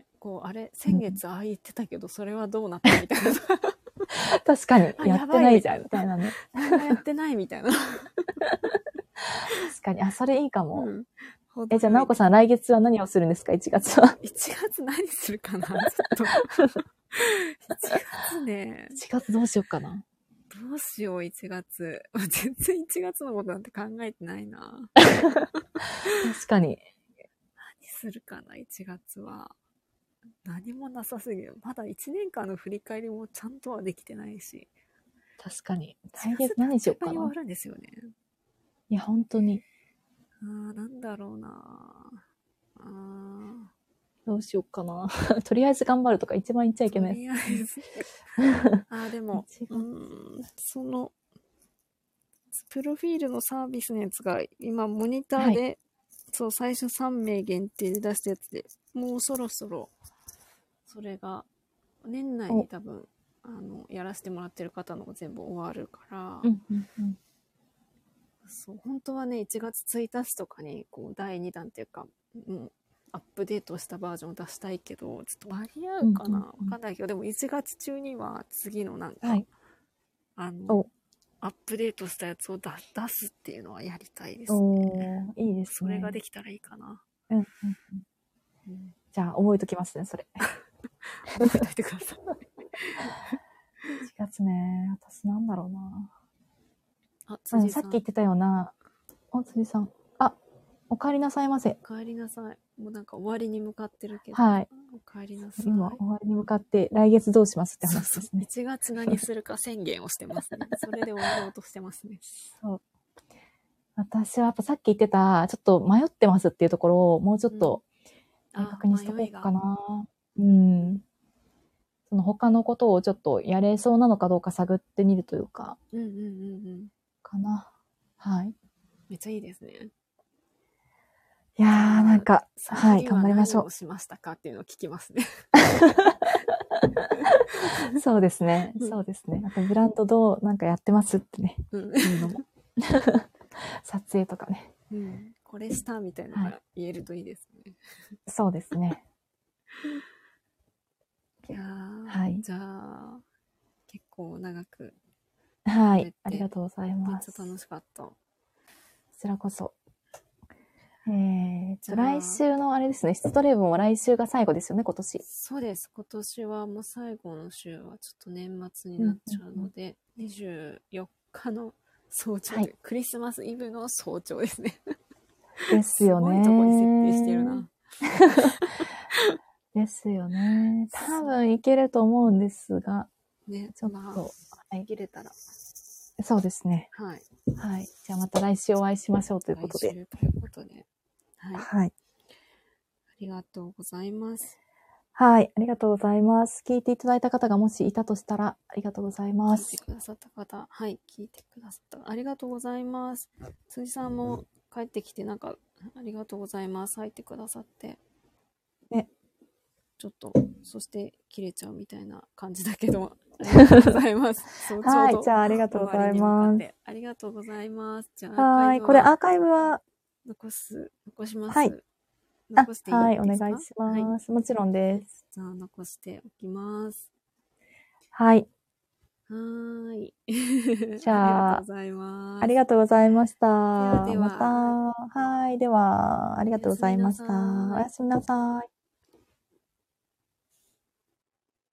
こう、あれ、先月ああ言ってたけど、それはどうなったみたいな。 確かに、やってないじゃん、みたいなね。 やってないみたいな。 確かに、それいいかも。じゃあ、なおこさん、来月は何をするんですか、1月は。 1月何するかな、ちょっと。1月ね。 1月どうしようかな。 どうしよう、1月。全然1月のことなんて考えてないな。 確かに。 何するかな、1月は。何もなさすぎる。まだ1年間の振り返りもちゃんとはできてないし。 確かに。来月何しようかな。 いっぱい終わるんですよね。 いや、本当に。 なんだろうな。 どうしようかな。とりあえず頑張るとか一番言っちゃいけない。とりあえず。でも、その、プロフィールのサービスのやつが、今、モニターで、はい、そう、最初3名限定で出したやつで、もうそろそろ、それが、年内に多分、やらせてもらってる方の全部終わるから、そう、本当はね、1月1日とかに、こう、第2弾っていうか、アップデートしたバージョンを出したいけど、ちょっと間に合うかな、わかんないけど、でも1月中には次のなんか、はい、アップデートしたやつを出すっていうのはやりたいですね。 いいですね。 それができたらいいかな。 じゃあ、覚えときますね、それ。 覚えといてください。 1月ね、私なんだろうな。辻さん。さっき言ってたような、辻さん。お帰りなさいませ。 お帰りなさい。もうなんか終わりに向かってるけど。 はい。 お帰りなさい。 今、終わりに向かって、来月どうしますって話ですね。 1月何するか宣言をしてますね。それで終わろうとしてますね。 そう。私はやっぱさっき言ってた、ちょっと迷ってますっていうところを、もうちょっと、明確にしとこうかな。その他のことをちょっとやれそうなのかどうか探ってみるというか。かな。はい。 めっちゃいいですね。 いやー、なんか、はい、頑張りましょう。 何をしましたかっていうのを聞きますね。 そうですね。そうですね。あと、ブランドなんかやってますってね。いうのも。撮影とかね。 これしたみたいなのが言えるといいですね。 そうですね。 いやはい。 じゃあ、結構長く。 はい。ありがとうございます。 めっちゃ楽しかった。こちらこそ。来週のあれですね、シトレーブも来週が最後ですよね、今年。 そうです。今年はもう最後の週はちょっと年末になっちゃうので、24日の早朝、クリスマスイブの早朝ですね。 ですよね。 すごいとこに設定してるな。 ですよね。多分いけると思うんですが、 ね、 ちょっと、 いけれたら。 そうですね。 はい。 はい。じゃあまた来週お会いしましょうということで。 来週ということで。 はい。 ありがとうございます。 はい。ありがとうございます。聞いていただいた方がもしいたとしたら、ありがとうございます。 聞いてくださった方、はい。聞いてくださった。ありがとうございます。辻さんも帰ってきて、なんか、ありがとうございます。入ってくださって。 ね。 ちょっと、そして切れちゃうみたいな感じだけど、ありがとうございます。 はい。じゃあ、ありがとうございます。 ありがとうございます。じゃあ、はい。これアーカイブは残します。 はい。 残していいですか？ はい。お願いします。もちろんです。 じゃあ、残しておきます。 はい。 はい。 じゃあ、 ありがとうございます。 ありがとうございました。 ではまた。はい。では、ありがとうございました。おやすみなさい。